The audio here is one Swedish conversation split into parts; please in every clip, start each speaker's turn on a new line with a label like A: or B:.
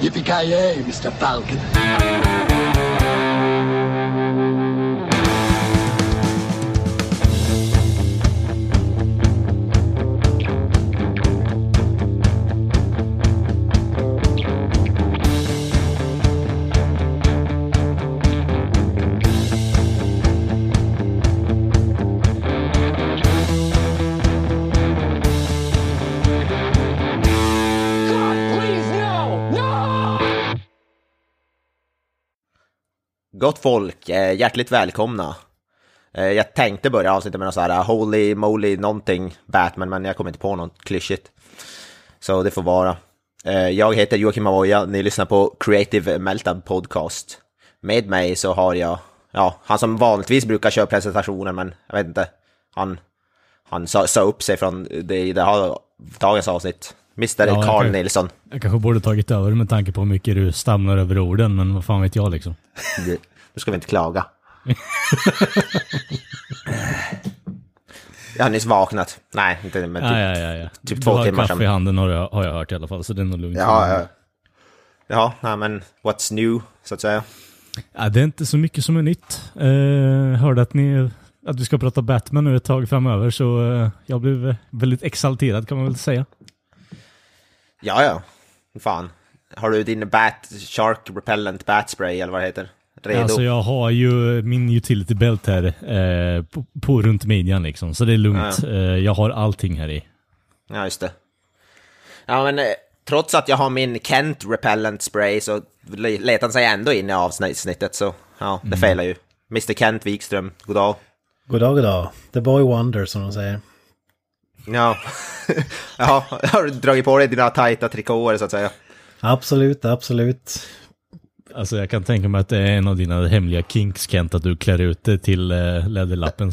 A: Yippee-ki-yay, Mr. Falcon.
B: Gott folk, hjärtligt välkomna. Jag tänkte börja avsnittet med något så här holy moly någonting Batman, men jag kommer inte på något klyschigt. Så det får vara. Jag heter Joakim Avoya, ni lyssnar på Creative Meltdown Podcast. Med mig så har jag, han som vanligtvis brukar köra presentationen, men jag vet inte. Han sa upp sig från det här dagens avsnitt. Mr. Carl Nilsson.
C: Jag kanske borde tagit över med tanke på hur mycket du stamnar över orden, men vad fan vet jag liksom.
B: Nu ska vi inte klaga. Jag har nyss vaknat. Nej, inte med typ 2 timmar sedan.
C: Kaffe i handen har jag hört i alla fall, så det är nog lugnt.
B: Ja, nej, men what's new, så att säga?
C: Ja, det är inte så mycket som är nytt. Hörde att vi ska prata Batman nu ett tag framöver, så jag blev väldigt exalterad, kan man väl säga.
B: Ja. Fan. Har du din Shark Repellent Bat Spray eller vad det heter? Redo?
C: Alltså jag har ju min utility belt här på runt midjan liksom, så det är lugnt. Ja. Jag har allting här i.
B: Ja, just det. Ja, men trots att jag har min Kent Repellent Spray så letar han sig ändå in i avsnittet, så ja, det failar ju. Mr. Kent Wikström, god dag.
D: God dag. The boy wonder, som de säger.
B: Ja. Ja, har du dragit på dig dina tajta trikåer, så att säga? Absolut.
C: Alltså jag kan tänka mig att det är en av dina hemliga kinks, Kent, att du klär ut det till läderlappen.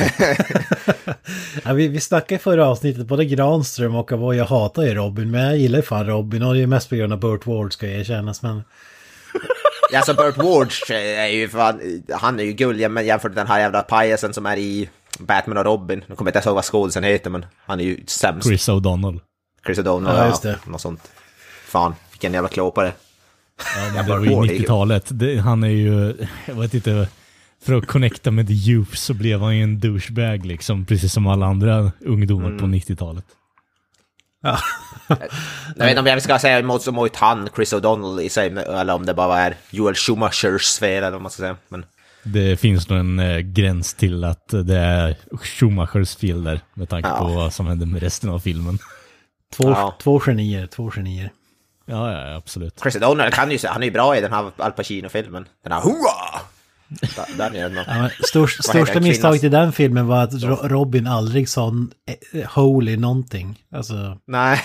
D: Ja, vi snackade i förra avsnittet, både Granström och vad jag hatar ju Robin, men jag gillar fan Robin, och det är mest på grund av Burt Ward, ska jag erkännas, men...
B: Ja, så Burt Ward är ju fan, han är ju gullig, men jämfört med den här jävla pajasen som är i Batman och Robin. Nu kommer jag inte ihåg vad skådisen heter, men han är ju sämst.
C: Chris O'Donnell,
D: ja, just det.
B: Något sånt. Fan, vilken jävla klåpare.
C: Ja, men det var ju 90-talet. Han är ju, jag vet inte, för att connecta med the youth så blev han ju en douchebag liksom, precis som alla andra ungdomar på 90-talet.
D: Ja.
B: Jag vet inte om jag ska säga emot han, Chris O'Donnell i sig, eller om det bara är Joel Schumachers fel, eller vad man ska säga. Men...
C: Det finns nog en gräns till att det är Schumachers fel där, med tanke på vad som hände med resten av filmen.
D: Två genier.
C: Ja, absolut.
B: Chris O'Donnell han är ju bra i den här Al Pacino-filmen. Den här hurra! Där är det
D: största misstaget i den filmen var att Robin aldrig sa holy någonting. Alltså...
B: Nej.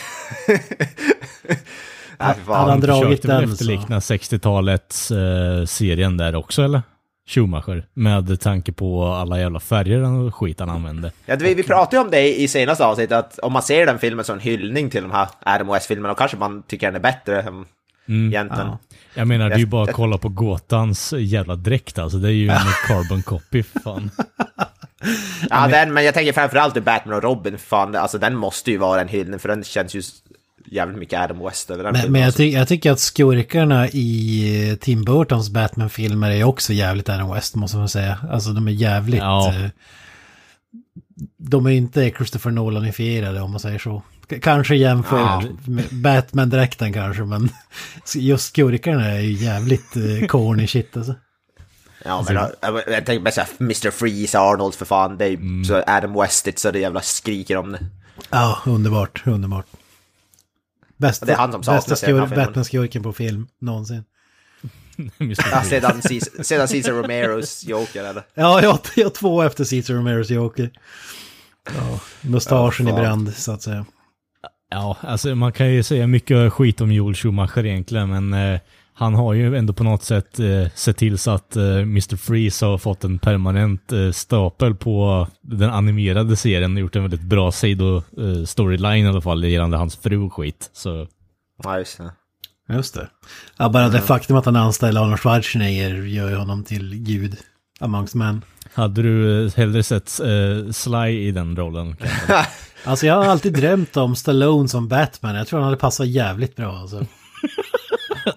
D: Han dragit den
C: efterlikna 60-talets serien där också, eller? Schumacher, med tanke på alla jävla färger och skit han använde.
B: Ja, vi pratade ju om det i senaste avsnittet, att om man ser den filmen som en hyllning till de här RMOS-filmerna, och kanske man tycker den är bättre egentligen. Ja.
C: Jag menar, det är ju bara att kolla på Gåtans jävla dräkt, alltså det är ju en carbon copy, fan.
B: Ja, men jag tänker framförallt i Batman och Robin, fan, alltså den måste ju vara en hyllning, för den känns ju jävligt mycket Adam West över den filmen.
D: Men jag tycker att skurkarna i Tim Burtons Batman-filmer är också jävligt Adam West, måste man säga. Alltså de är jävligt... Ja. De är inte Christopher Nolan-ifierade, om man säger så. Kanske jämför med Batman-dräkten kanske, men just skurkarna är ju jävligt corny shit alltså.
B: Ja, men jag tänker bara såhär, Mr. Freeze, Arnold, för fan, det är ju så Adam Westigt så det jävla skriker om det.
D: Ja, underbart.
B: Det är han som
D: bästa Batman-skurken på film någonsin.
B: Ja, sedan Cesar Romeros Joker, eller?
D: Ja, jag har 2 efter Cesar Romeros Joker. Ja, mustaschen i brand, så att säga.
C: Ja, alltså man kan ju säga mycket skit om Joel Schumacher egentligen, men han har ju ändå på något sätt sett till så att Mr. Freeze har fått en permanent stapel på den animerade serien och gjort en väldigt bra storyline i alla fall gällande hans fru och skit. Så.
B: Ja,
D: just det. Ja, bara det faktum att han anställer Arnold Schwarzenegger gör honom till gud amongst men.
C: Hade du hellre sett Sly i den rollen?
D: Alltså jag har alltid drömt om Stallone som Batman. Jag tror han hade passat jävligt bra alltså.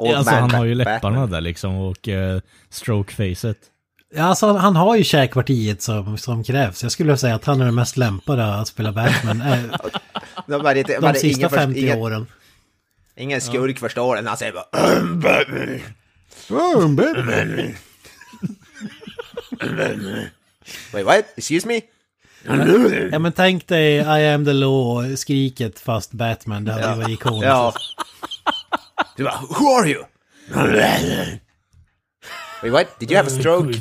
C: Alltså han har ju läpparna där liksom och strokefacet.
D: Ja, alltså han har ju käkpartiet som krävs. Jag skulle säga att han är den mest lämpade att spela Batman. De sista 50 åren.
B: Ingen skurk förstår den, han säger bara Wait, what? Excuse me?
D: Ja, men tänk dig I am the law, skriket fast Batman, det hade ju varit ikoniskt.
B: Ja. Du bara, who are you? Wait, what? Did you have a stroke?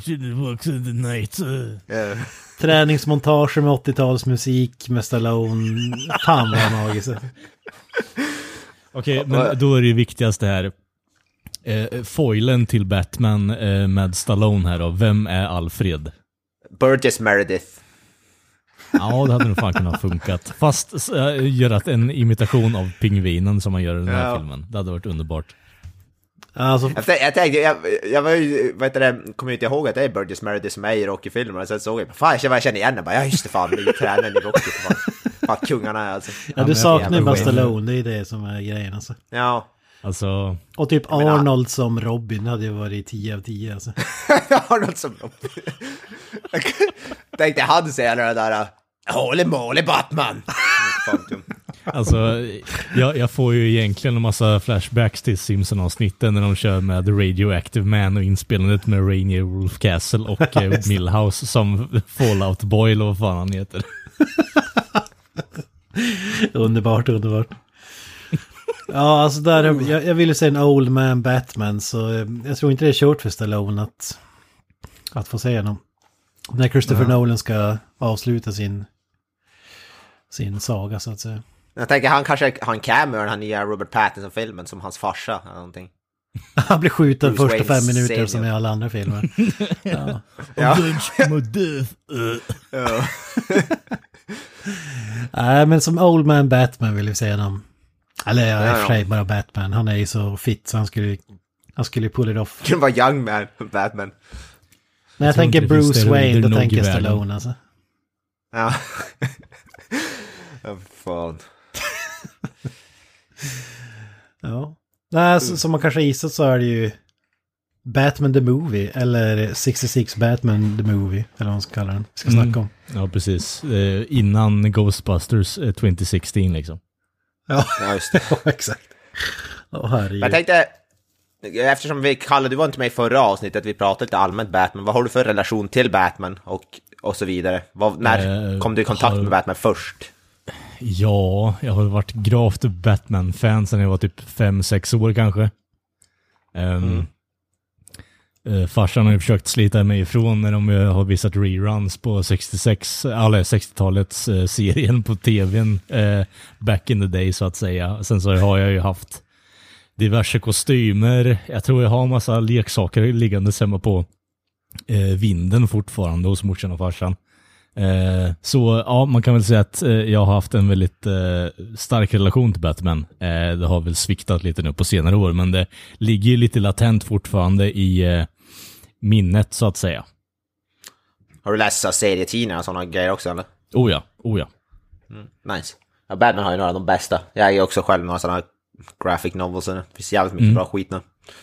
D: Träningsmontage med 80-talsmusik med Stallone. Fan vad magiskt.
C: Okej, men då är det viktigaste här. Foilen till Batman med Stallone här då. Vem är Alfred?
B: Burgess Meredith.
C: Ja, det hade nog fan kunnat funkat. Fast göra en imitation av pingvinen som man gör i den här filmen. Det hade varit underbart.
D: Alltså,
B: jag tänkte, jag var ju, kommer inte ihåg att det är Burgess Meredith som är i Rocky-filmen. Sen såg jag, fan jag känner igen den. Ja just det, fan, det är ju tränaren i Rocky. Fan, kungarna är alltså.
D: Ja, du saknar ju bara Stallone, det är det som är grejen alltså.
B: Ja.
C: Alltså...
D: Och typ Arnold som Robin hade ju varit 10 av 10 alltså.
B: Arnold som Robin. Tänkte han säga det där, holy moly Batman.
C: Alltså, jag får ju egentligen en massa flashbacks till Simpson-avsnitten när de kör med The Radioactive Man och inspelandet med Rainier Wolf Castle och Milhouse som Fallout Boy eller vad fan han heter.
D: Underbart. Ja, alltså där, jag ville säga en old man Batman, så jag tror inte det är kört för Stallone att få se honom. När Christopher Nolan ska avsluta sin saga så att säga.
B: Jag tänker han kanske har en cameo i den här nya Robert Pattinson-filmen som hans farsa eller någonting.
D: Han blir skjuten första 5 minuter som i alla andra filmer. Ja. Nej, men som old man Batman vill vi säga honom. Eller jag är i och för sig bara Batman. Han är ju så fit så han skulle pull it off.
B: Det var young man Batman.
D: När jag tänker Bruce Wayne, då tänker jag Stallone alltså.
B: Ja. Fan.
D: Ja. Nej, som man kanske gissat så är det ju Batman the Movie eller 66 Batman the Movie eller vad man ska kalla den. Ska snacka om.
C: Ja, precis. Innan Ghostbusters 2016 liksom.
D: Ja,
B: just det.
D: Ja, exakt.
B: Jag tänkte, eftersom du var inte med i förra avsnittet, vi pratade lite allmänt Batman. Vad har du för relation till Batman och så vidare? När kom du i kontakt med Batman först?
C: Ja, jag har varit gravt Batman-fan sedan jag var typ 5-6 år kanske. Farsan har ju försökt slita mig ifrån när de har visat reruns på 60-talets serien på tvn back in the day så att säga. Sen så har jag ju haft diverse kostymer. Jag tror jag har en massa leksaker liggande hemma på vinden fortfarande hos morsan och farsan. Så ja, man kan väl säga att jag har haft en väldigt stark relation till Batman. Det har väl sviktat lite nu på senare år, men det ligger lite latent fortfarande i minnet så att säga.
B: Har du läst serietidningar och sådana grejer också eller?
C: Oh ja.
B: Nice. Ja, Batman har ju några av de bästa. Jag är också själv några sådana graphic novels. Det finns jävligt mycket bra skit nu.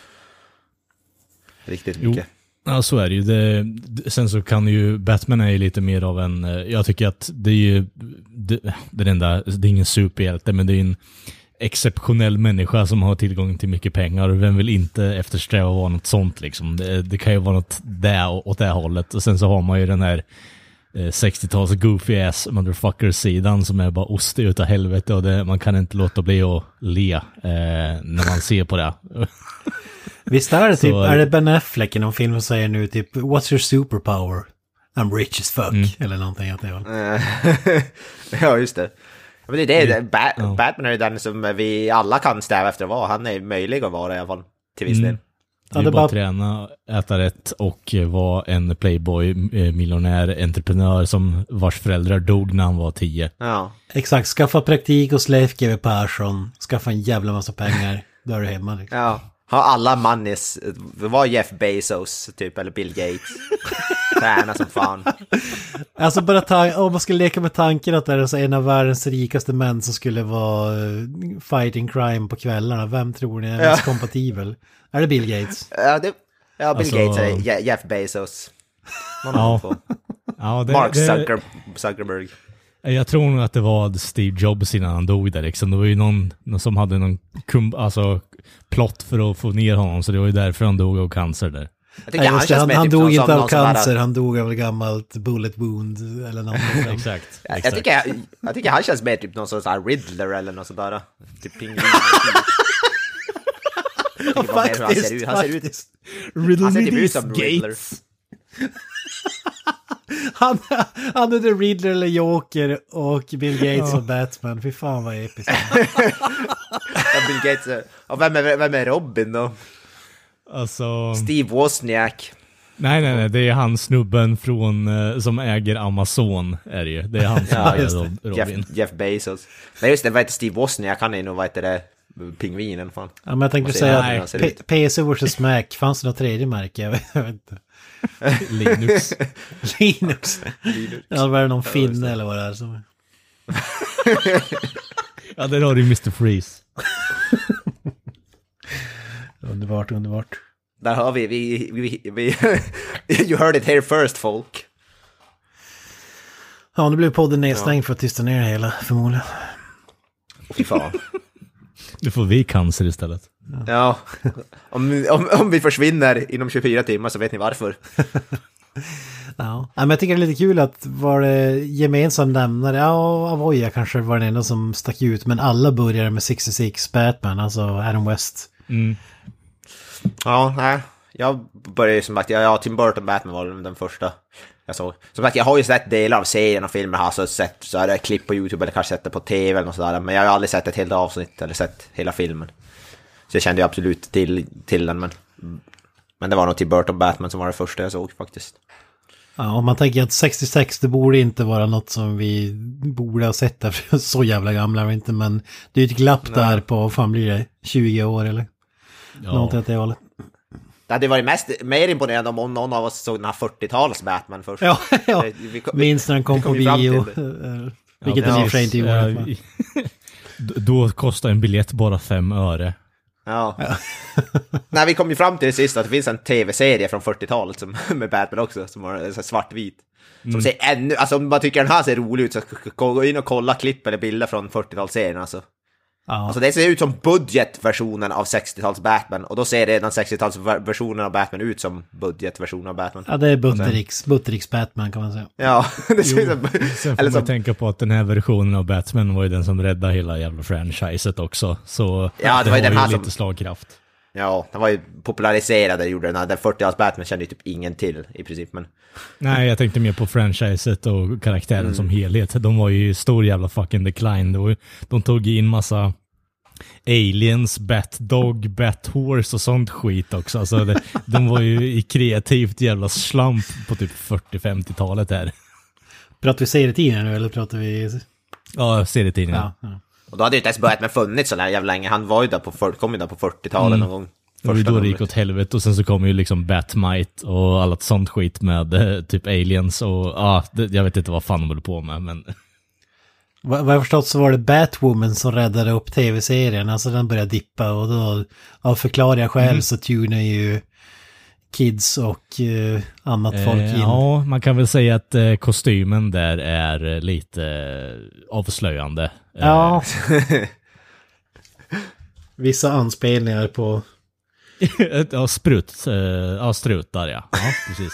B: Riktigt mycket.
C: Ja, så är det ju. Sen så kan ju Batman är ju lite mer av en, jag tycker att det är ju det är ingen superhjälte, men det är en exceptionell människa som har tillgång till mycket pengar. Vem vill inte eftersträva att vara något sånt liksom? Det kan ju vara något där åt det hållet. Och sen så har man ju den här 60-tals goofy ass motherfucker-sidan som är bara ostig utav helvete, och man kan inte låta bli att le när man ser på det.
D: Visst är det typ, är det Ben Affleck i någon film som säger nu typ what's your superpower? I'm rich as fuck eller någonting att det var.
B: Ja, just det. Men Batman är ju den som vi alla kan stäva efter att vara. Han är möjlig att vara i alla fall till viss del.
C: Det är bara att träna, äta rätt och vara en playboy, miljonär, entreprenör som vars föräldrar dog när han var 10.
B: Ja.
D: Exakt, skaffa praktik hos Leif GW Persson, skaffa en jävla massa pengar, då är du hemma liksom.
B: Ja. Har alla manis, var Jeff Bezos typ, eller Bill Gates. Träna som fan.
D: Alltså bara om man skulle leka med tanken att det är en av världens rikaste män som skulle vara fighting crime på kvällarna. Vem tror ni är mest kompatibel? Är det Bill Gates?
B: Ja, Bill Gates är Jeff Bezos. Mark Zuckerberg.
C: Jag tror nog att det var Steve Jobs innan han dog där liksom. Det var ju någon som hade någon plott för att få ner honom, så det var ju därför han dog av cancer där.
D: Han dog inte av cancer, han dog av ett gammalt bullet wound eller något.
C: Exakt.
B: Jag tycker han känns mer typ någon sån här Riddler eller något sådär. Typ pingvin.
D: Faktiskt.
B: Han ser ut som Riddler.
D: Han är The Riddler eller Joker och Bill Gates och Batman. Fy fan vad episkt.
B: Bill Gates. Och vem är Robin då?
C: Alltså...
B: Steve Wozniak.
C: Nej, det är han snubben från som äger Amazon är det ju. Det är han som är Robin.
B: Jeff Bezos. Nej just det, vad heter Steve Wozniak? Han är nog, vad heter det, pingvinen fan.
D: Ja, men jag tänkte säga PC vs Mac. Fanns det något tredje märke? Jag vet inte. Linux. Ja, var det någon finne eller vad det är som...
C: Ja, där har du Mr. Freeze.
D: Underbart.
B: Där har vi you heard it here first, folk.
D: Ja, nu blev podden nedstängd för att tysta ner hela, förmodligen.
B: Fy fan.
C: Nu får vi cancer istället.
B: Ja, om vi försvinner inom 24 timmar så vet ni varför.
D: Ja, men jag tycker det är lite kul att var det gemensam nämnare. Ja, Avoya kanske var den enda som stack ut, men alla började med 66 Batman, alltså Adam West.
C: Mm.
B: Ja, nej. Jag började ju som sagt, Tim Burton Batman var den första jag såg. Som sagt, jag har ju sett delar av serien och filmer, har sett så här klipp på YouTube eller kanske sett det på tv eller något sådär, men jag har aldrig sett ett helt avsnitt eller sett hela filmen. Så jag kände ju absolut till den, men det var nog Tim Burton Batman som var det första jag såg faktiskt.
D: Ja, om man tänker att 66, det borde inte vara något som vi borde ha sett där, för så jävla gamla är inte, men det är ju ett glapp där på, vad fan blir det, 20 år eller? Ja. Någonting åt det hållet.
B: Det hade varit mer imponerande om någon av oss såg den här 40-tals Batman först.
D: Ja. Minns när den kom på bio. Vilket den i och för sig inte gjorde.
C: Då kostar en biljett bara 5 öre.
B: Ja. Nej, vi kom ju fram till det sista att det finns en tv-serie från 40-talet som, med Batman också, som var så svartvit. Som ser ännu, alltså om man tycker den här ser rolig ut så gå in och kolla klipp eller bilder från 40-talsserien alltså. Ja. Alltså det ser ut som budgetversionen av 60-tals Batman, och då ser redan 60-talsversionen av Batman ut som budgetversionen av Batman.
D: Ja, det är Buttericks Batman kan man säga.
B: Ja, det ser ut som...
C: Sen får man tänka på att den här versionen av Batman var ju den som räddade hela jävla franchiset också. Så
B: ja, det var ju den här
C: lite
B: som...
C: slagkraft.
B: Ja, den var ju populariserad, gjorde den här. Den 40-tals Batman kände ju typ ingen till i princip, men...
C: Nej, jag tänkte mer på franchiset och karaktären som helhet. De var ju stor jävla fucking decline. De tog in massa aliens, Bat-Dog, Bat-Horse och sånt skit också. Alltså de var ju i kreativt jävla slump på typ 40-50-talet här.
D: Pratar vi serietidningar nu eller pratar vi...
C: Ja, serietidningar.
D: Ja.
B: Och då hade ju inte ens börjat med funnits så där jävla länge. Han var ju där kom ju där på 40-talet någon gång.
C: Och då det gick åt helvete, och sen så kom ju liksom Batmite och allt sånt skit med typ aliens och jag vet inte vad fan de höll på med, men...
D: Vad jag förstått så var det Batwoman som räddade upp tv-serien. Alltså den började dippa, och då av förklarliga skäl så tunar ju kids och annat folk in.
C: Ja, man kan väl säga att kostymen där är lite avslöjande.
D: Ja. Vissa anspelningar på...
C: Ja, strutar, ja. Ja, precis.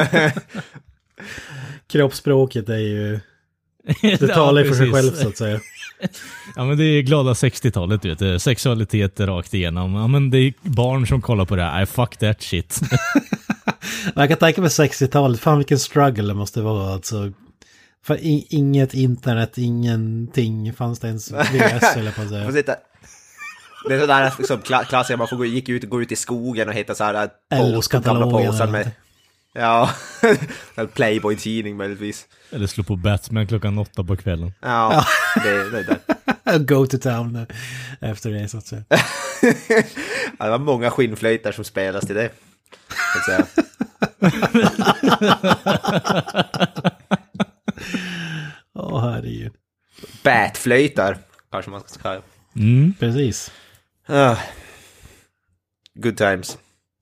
D: Kroppsspråket är ju... Det talar ju för sig själv så att säga.
C: Ja, men det är glada 60-talet, vet du. Sexualitet rakt igenom. Ja, men det är barn som kollar på det här. Fuck that shit.
D: Jag kan tänka mig 60-talet. Fan vilken struggle det måste vara. Alltså, för inget internet, ingenting. Fanns det ens VS eller på att säga.
B: Det är sådär som klassiker, man får gå ut i skogen och hitta så här
D: LOs-katalogen
B: påsar med... Ja, en Playboy-tidning möjligtvis.
C: Eller slå på Batman 8 på kvällen.
B: Ja, det är det.
D: Go to town efter det så att säga.
B: Ja, det var många skinnflöjtar som spelas till det. Så att säga.
D: Herregud.
B: Batflöjtar, kanske man ska säga.
D: Precis.
B: Good times.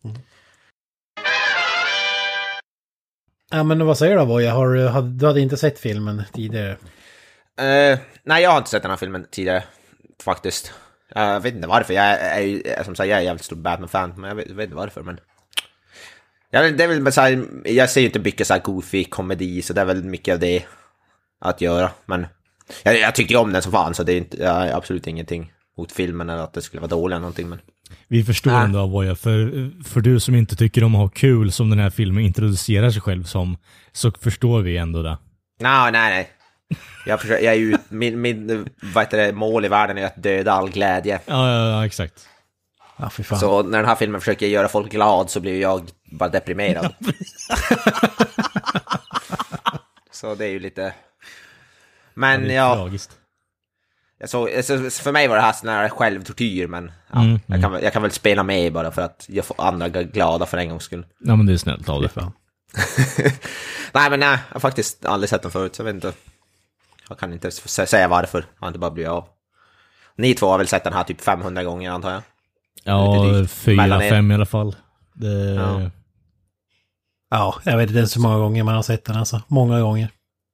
D: Ja, men vad säger du då, Voja? Du hade inte sett filmen tidigare?
B: Nej, jag har inte sett den här filmen tidigare, faktiskt. Jag vet inte varför. Jag är som sagt, jag är jävligt stor Batman-fan, men jag vet inte varför. Men det är väl så här, jag ser ju inte mycket så här goofy komedi, så det är väl mycket av det att göra. Men jag tyckte ju om den som fan, så det är inte, absolut ingenting mot filmen eller att det skulle vara dålig eller någonting. Men
C: vi förstår ändå, Voja, för du som inte tycker om att ha kul som den här filmen introducerar sig själv som, så förstår vi ändå det.
B: Nej. Jag är ju, min vad heter det, mål i världen är att döda all glädje.
C: Ja, exakt.
D: Ja, för fan.
B: Så när den här filmen försöker göra folk glad så blir jag bara deprimerad. Så det är ju lite... Men
C: tragiskt.
B: Så för mig var det här sån här självtortyr, men jag kan väl spela med bara för att jag får andra glada för en gångs skull.
C: Ja, men det är snällt av det.
B: Nej, jag har faktiskt aldrig sett den förut, så jag vet inte. Jag kan inte säga varför. Jag har inte bara blivit av. Ni två har väl sett den här typ 500 gånger, antar jag?
C: Ja, 4-5 i alla fall.
D: Ja, jag vet inte så många gånger man har sett den, alltså. Många gånger.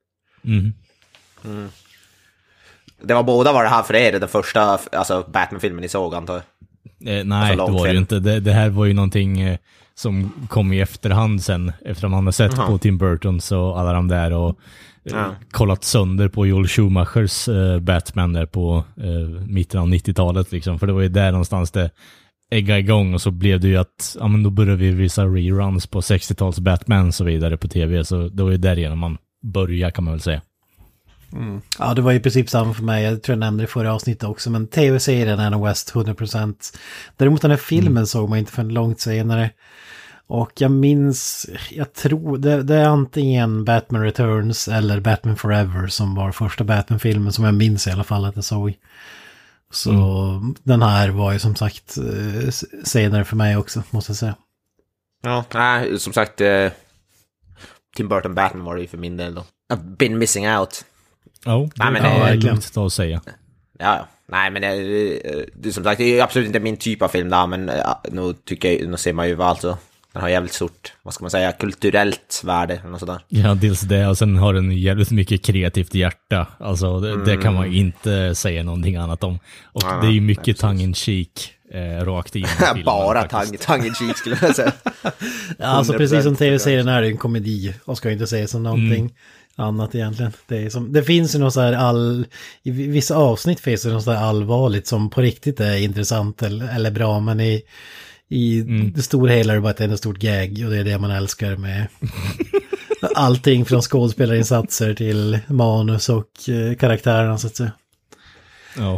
B: Det var det här för er, den första alltså Batman-filmen ni såg, antar jag?
C: Nej, alltså, det var det ju inte. Det här var ju någonting som kom i efterhand sen, efter att man hade sett på Tim Burtons och alla de där och kollat sönder på Joel Schumachers Batman där på mitten av 90-talet liksom. För det var ju där någonstans det ägga igång, och så blev det ju att men då började vi visa reruns på 60-tals Batman och så vidare på tv, så det var ju därigenom man började, kan man väl säga.
D: Ja, det var i princip samma för mig. Jag tror jag nämnde det i förra avsnittet också, men tv-serien är nog West 100%. Däremot den här filmen såg man inte för långt senare. Och jag tror det är antingen Batman Returns eller Batman Forever som var första Batman-filmen som jag minns i alla fall att jag såg. Så den här var ju som sagt senare för mig också, måste jag säga.
B: Ja, som sagt Tim Burton Batman var det ju för min del då. I've been missing out.
C: Det är glömt att säga.
B: Ja. Nej, men det som sagt, det är absolut inte min typ av film där, men nu ser man ju alltså den har jävligt stort, vad ska man säga, kulturellt värde eller något sådär. Ja,
C: dels det, och sen har den jävligt mycket kreativt hjärta. Alltså det kan man inte säga någonting annat om. Och det är ju mycket tongue-in-cheek rakt in.
B: Bara tongue-in-cheek skulle jag säga.
D: Ja, alltså precis som tv-serien är det en komedi och ska inte säga som någonting annat egentligen. Det finns ju något så här i vissa avsnitt finns det något så här allvarligt som på riktigt är intressant eller bra, men i det stora hela är det bara ett enda stort gag, och det är det man älskar med allting från skådespelarinsatser till manus och karaktärerna, så att säga.
C: Ja.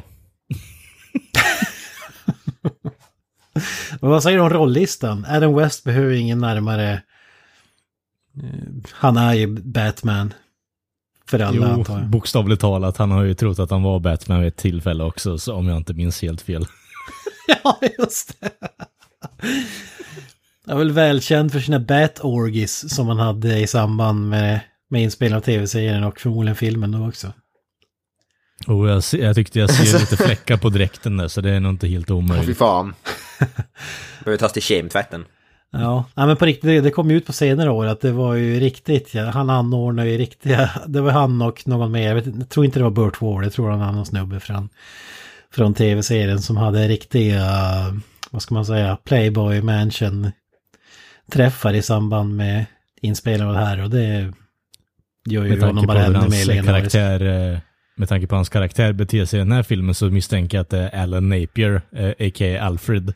D: Men vad säger du om rolllistan? Adam West behöver ingen närmare. Han är ju Batman för alla, antar jag.
C: Bokstavligt talat, han har ju trott att han var Batman vid ett tillfälle också, så om jag inte minns helt fel.
D: Ja, just det. Han är väl välkänd för sina Bat-orgies som han hade i samband med inspelningen av tv-serien och förmodligen filmen då också.
C: Och jag tyckte jag ser lite fläckar på dräkten där, så det är nog inte helt omöjligt.
B: Fy fan. Behöver tas till kemtvätten.
D: Ja, men på riktigt, det kom ju ut på senare år att det var ju riktigt, han anordnade ju riktiga, det var han och någon mer, jag tror inte det var Burt Ward, jag tror han var någon snubbe från tv-serien som hade riktiga, vad ska man säga, Playboy Mansion träffar i samband med inspelningen av det här, och det gör ju honom bara ännu mer legendarisk.
C: Med tanke på hans karaktär beter sig i den här filmen, så misstänker jag att det är Alan Napier, a.k.a. Alfred.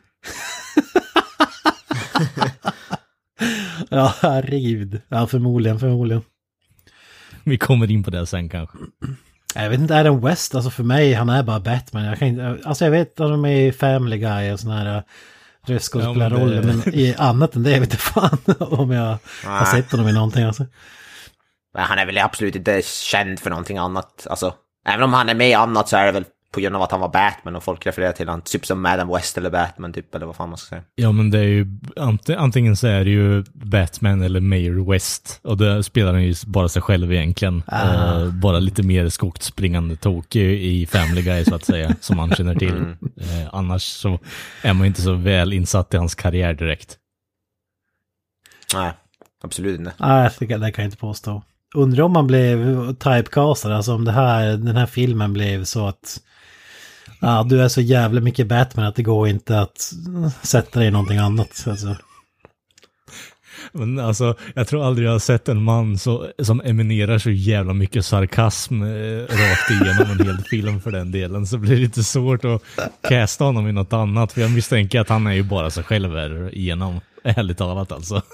C: Ja, herregud. Ja, förmodligen. Vi kommer in på det sen kanske.
D: Jag vet inte, Adam West, alltså för mig, han är bara Batman. Jag vet att de är Family Guy och såna här röstskådespelarrollen, men i annat än det vet jag fan om jag har sett honom i någonting alltså.
B: Men han är väl absolut inte känd för någonting annat. Alltså, även om han är med i annat så är det väl på grund av att han var Batman och folk refererar till han typ som Madam West eller Batman typ, eller vad fan man ska säga.
C: Ja, men det är ju antingen så är det ju Batman eller Mayor West, och då spelar han ju bara sig själv egentligen. Bara lite mer skogsspringande tok i Family Guy så att säga, som man känner till. Annars så är man inte så väl insatt i hans karriär direkt.
B: Nej, absolut inte.
D: Nej, det kan jag inte påstå. Undrar om man blev typecastad, alltså om den här filmen blev så att du är så jävla mycket Batman att det går inte att sätta dig i någonting annat. Alltså.
C: Men alltså, jag tror aldrig jag har sett en man som eminerar så jävla mycket sarkasm rakt igenom en hel film för den delen. Så blir det lite svårt att casta honom i något annat. För jag misstänker att han är ju bara sig själv här igenom, ärligt talat alltså.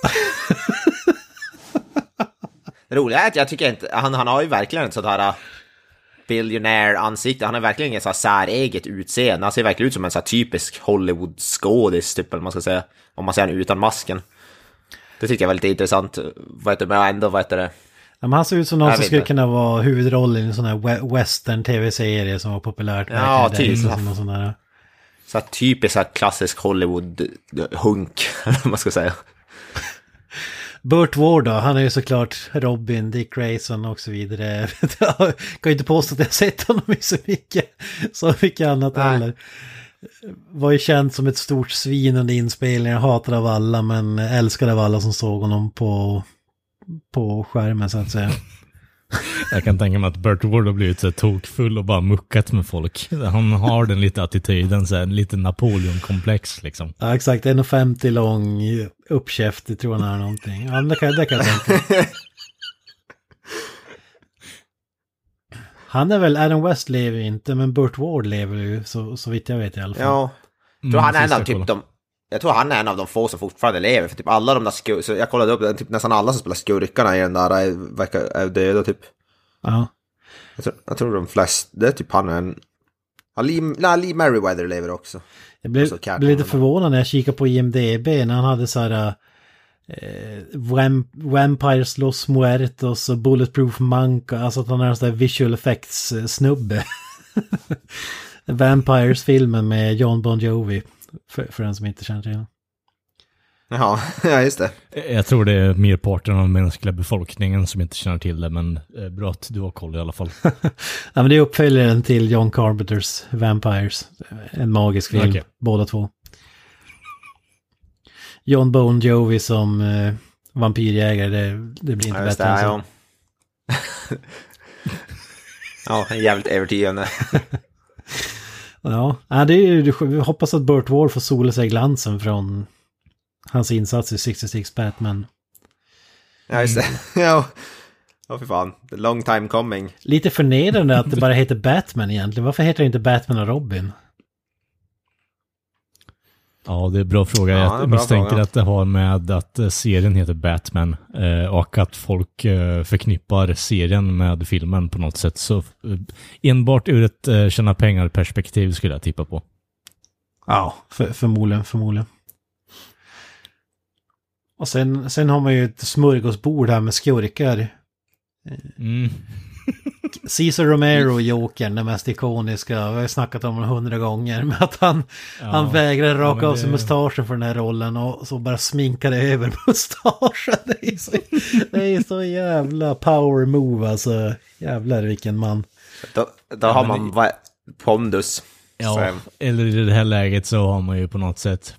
B: Det roliga är att jag tycker inte, han har ju verkligen ett sånt här billionaire-ansikte. Han har verkligen ett så här säreget utseende. Han ser verkligen ut som en så här typisk Hollywood-skådis typ, eller man ska säga. Om man ser han utan masken. Det tycker jag var lite intressant. Men ändå, vad heter det?
D: Ja, men han ser ut som någon som skulle kunna vara huvudrollen i en sån här western-tv-serie som var populärt.
B: Ja, typ. Så här typisk så här klassisk Hollywood-hunk, eller vad man ska säga.
D: Burt Ward då, han är ju såklart Robin, Dick Grayson och så vidare. Jag kan ju inte påstå att jag har sett honom i så mycket annat heller. Var ju känd som ett stort svin under inspelningen, hatad av alla men älskad av alla som såg honom på skärmen så att säga.
C: Jag kan tänka mig att Burt Ward har blivit så tokfull och bara muckat med folk. Han har den lite attityden, så här, en liten Napoleon-komplex liksom.
D: Ja, exakt. 1,50 lång, uppkäftig tror han är någonting. Ja, men det kan jag tänka. Han är väl, Adam West lever inte, men Burt Ward lever ju, så vitt jag vet i alla fall.
B: Ja, jag tror han är en av typ jag tror han är en av de få som fortfarande lever, för typ alla de där så jag kollade upp, typ nästan alla som spelar skurkarna i den där är döda typ.
D: Ja.
B: Jag tror de flesta, det är typ han är en... Lee Merriweather lever också.
D: Jag blev lite förvånad när jag kikade på IMDb när han hade så här Vampires Los Muertos och Bulletproof Monk, alltså att han är en sån där visual effects snubbe. Vampires-filmen med John Bon Jovi, för den som inte känner till den.
B: Ja, just det.
C: Jag tror det är merparten av den mänskliga befolkningen som inte känner till det, men bra att du har koll i alla fall.
D: Ja, men det är uppföljaren till John Carpenters Vampires. En magisk film, okay. Båda två. John Bon Jovi som vampyrjägare, det blir inte bättre än så.
B: Ja, jävligt övertygande.
D: Ja, det är ju, vi hoppas att Burt Ward får sola sig i glansen från hans insats i 66 Batman.
B: Ja, just det. Ja, för fan. The long time coming.
D: Lite förnedrande att det bara heter Batman egentligen. Varför heter det inte Batman och Robin?
C: Ja, det är en bra fråga. Jag misstänker att det har med att serien heter Batman och att folk förknippar serien med filmen på något sätt. Så enbart ur ett tjäna pengar-perspektiv skulle jag tippa på.
D: Ja, förmodligen. Och sen har man ju ett smörgåsbord här med skurkar. Cesar Romero, Jokern, den mest ikoniska. Vi har snackat om 100 gånger. Men att han vägrar raka av sig mustaschen för den här rollen och så bara sminkar över mustaschen. Det är så jävla power move alltså. Jävlar vilken man.
B: Då har man pondus.
C: Ja,
B: så.
C: Eller i det här läget så har man ju på något sätt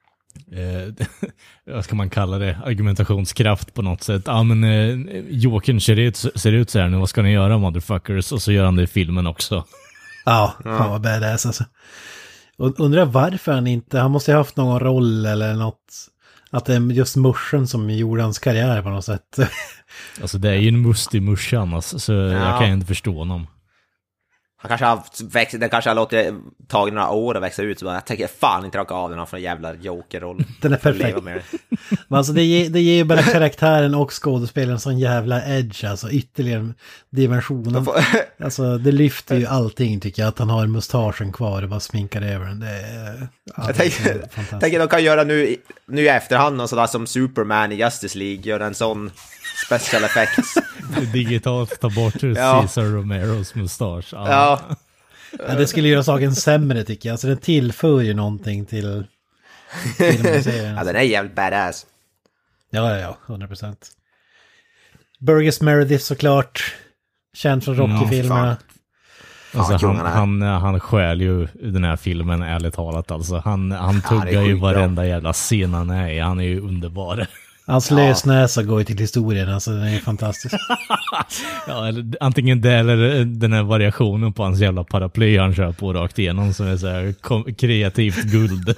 C: vad ska man kalla det, argumentationskraft på något sätt. Ja, men Jokern ser ut så här nu, vad ska ni göra motherfuckers? Och så gör han det i filmen också. Ja,
D: fan vad badass alltså. Och undrar varför han måste ha haft någon roll eller något, att det är just morsen som gjorde hans karriär på något sätt.
C: Alltså det är ju en mustig morsan alltså, så jag kan inte förstå honom.
B: Han kanske har växt, den kanske har låtit tagit några år att växa ut. Så jag tänker fan inte raka av den från en jävla Joker-roll.
D: Den är perfekt. Men alltså det ger ju bara karaktären och skådespelaren sån jävla edge. Alltså ytterligare dimensionen. Alltså det lyfter ju allting tycker jag. Att han har mustaschen kvar och bara sminkar över den. Det är,
B: jag tänker de kan göra nu i efterhand och sådär som Superman i Justice League. Göra en sån special effects.
C: Digitalt ta bort Cesar Romeros mustasch.
B: Ja.
D: Ja, det skulle göra saken sämre tycker jag. Alltså den tillför ju någonting till serien.
B: Ja, den är jävligt badass.
D: Ja, 100%. Burgess Meredith såklart. Känd från Rocky-filmerna.
C: Alltså han skäl ju den här filmen ärligt talat alltså. Han tuggar ju varenda jävla scen han är i. Han är ju underbar. Hans lösnäsa går ju till historien, alltså den är ju fantastisk. Ja, antingen det eller den här variationen på hans jävla paraply han kör på rakt igenom som är så här kreativt guld.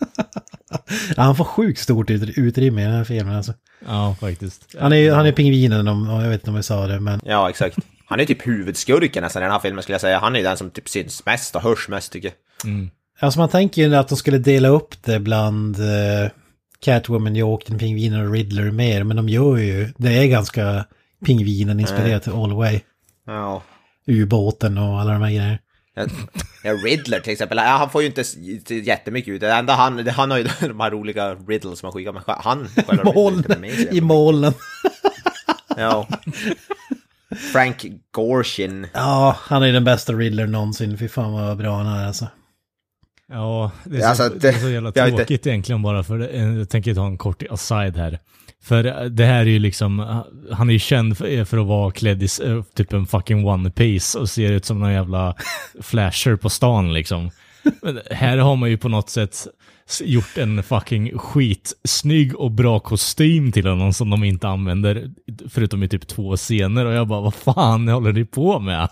D: Ja, han får sjukt stort utrymme i den här filmen alltså.
C: Ja, faktiskt.
D: Han är pingvinen, jag vet inte om jag sa det, men...
B: Ja, exakt. Han är typ huvudskurken nästan i den här filmen skulle jag säga. Han är den som typ syns mest och hörs mest tycker jag.
C: Mm.
D: Alltså man tänker ju att de skulle dela upp det bland... Catwoman, Jokern, Pingvinen och Riddler mer, men de gör ju, det är ganska Pingvinen inspirerat all the way.
B: Ja.
D: Ubåten och alla de här grejer.
B: Ja, Riddler till exempel, han får ju inte jättemycket ut. Det enda han har ju de här roliga riddles som han skickar, men han
D: i molnen.
B: Ja. Frank Gorshin.
D: Ja, han är den bästa Riddler någonsin. Fy fan vad bra han är alltså.
C: Ja, det är så jävla tråkigt egentligen bara för jag tänker ta en kort aside här. För det här är ju liksom, han är ju känd för att vara klädd i typ en fucking One Piece och ser ut som någon jävla flasher på stan liksom. Men här har man ju på något sätt gjort en fucking skitsnygg och bra kostym till honom som de inte använder förutom i typ 2 scener och jag bara, vad fan håller ni på med?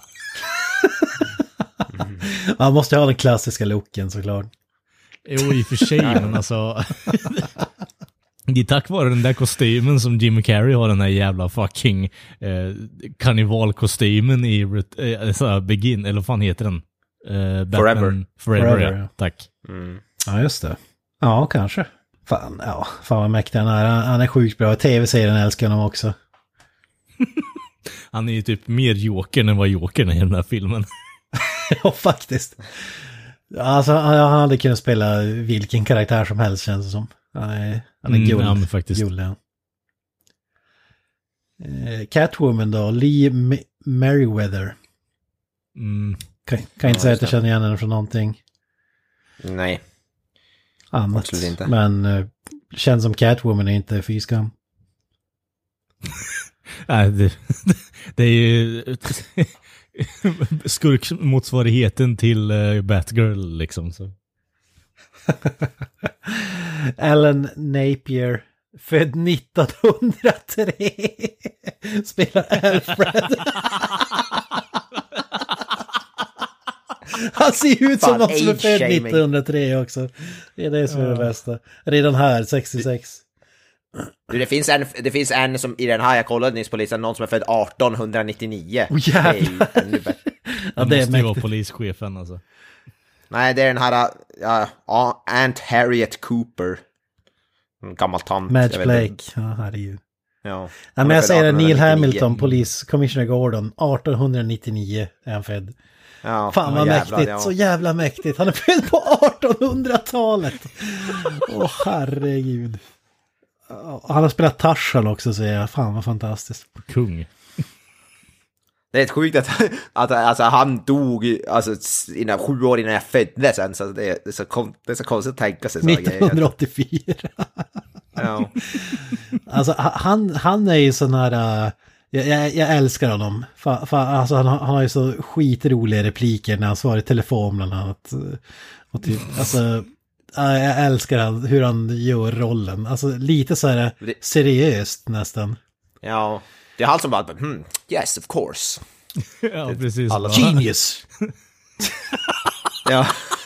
D: Man måste ha den klassiska looken såklart.
C: Jo, i och för sig, men alltså... Det är tack vare den där kostymen som Jim Carrey har den här jävla fucking karnevalkostymen i Begin, eller vad fan heter den? Forever. Ja. Tack.
B: Mm.
D: Ja, just det. Ja, kanske. Fan vad mäktig han är. Han är sjukt bra. TV-serien älskar honom också.
C: Han är ju typ mer Jokern än vad Jokern är i den här filmen.
D: Ja, faktiskt. Alltså, han hade kunnat spela vilken karaktär som helst, känns det som. Han är guld.
C: Ja, men faktiskt.
D: Guld, ja. Catwoman då, Lee Merriweather. Kan inte säga att jag känner igen henne från någonting.
B: Nej.
D: Annat.
B: Absolut inte.
D: Men känns som Catwoman är inte fyskam.
C: Nej, det är ju... skurkmotsvarigheten till Batgirl liksom så.
D: Alan Napier, född 1903, spelar Alfred. Han ser ut som någon som är född 1903 också. Det är det som är det bästa. Redan här, 66.
B: Du, det finns en som i den här, jag kollade nyss på listan, någon som är född 1899.
D: Jävlar.
C: Ja, det måste ju vara polischefen alltså.
B: Nej, det är den här Aunt Harriet Cooper. En gammal tant.
D: Madge Blake, ja herregud.
B: Ja.
D: Men jag säger det, Neil Hamilton, polis, Commissioner Gordon, 1899 är han född.
B: Ja,
D: fan vad mäktigt, ja. Så jävla mäktigt. Han är född på 1800-talet. Herregud. Han har spelat Tarzan också, säger jag. Fan vad fantastiskt.
C: Kung.
B: Det är ett sjukt att alltså, han dog alltså, 7 år innan jag föddes sen, så det är så konstigt att tänka sig.
D: 1984.
B: Ja.
D: Alltså han är ju sån här... Jag älskar honom. Alltså, han har ju så skitroliga repliker när han svarar i telefon bland annat. Och typ, alltså... Jag älskar hur han gör rollen. Alltså lite så här seriöst nästan.
B: Ja, det är han som bara, yes, of course.
C: Ja, precis.
D: Genius.
B: Ja.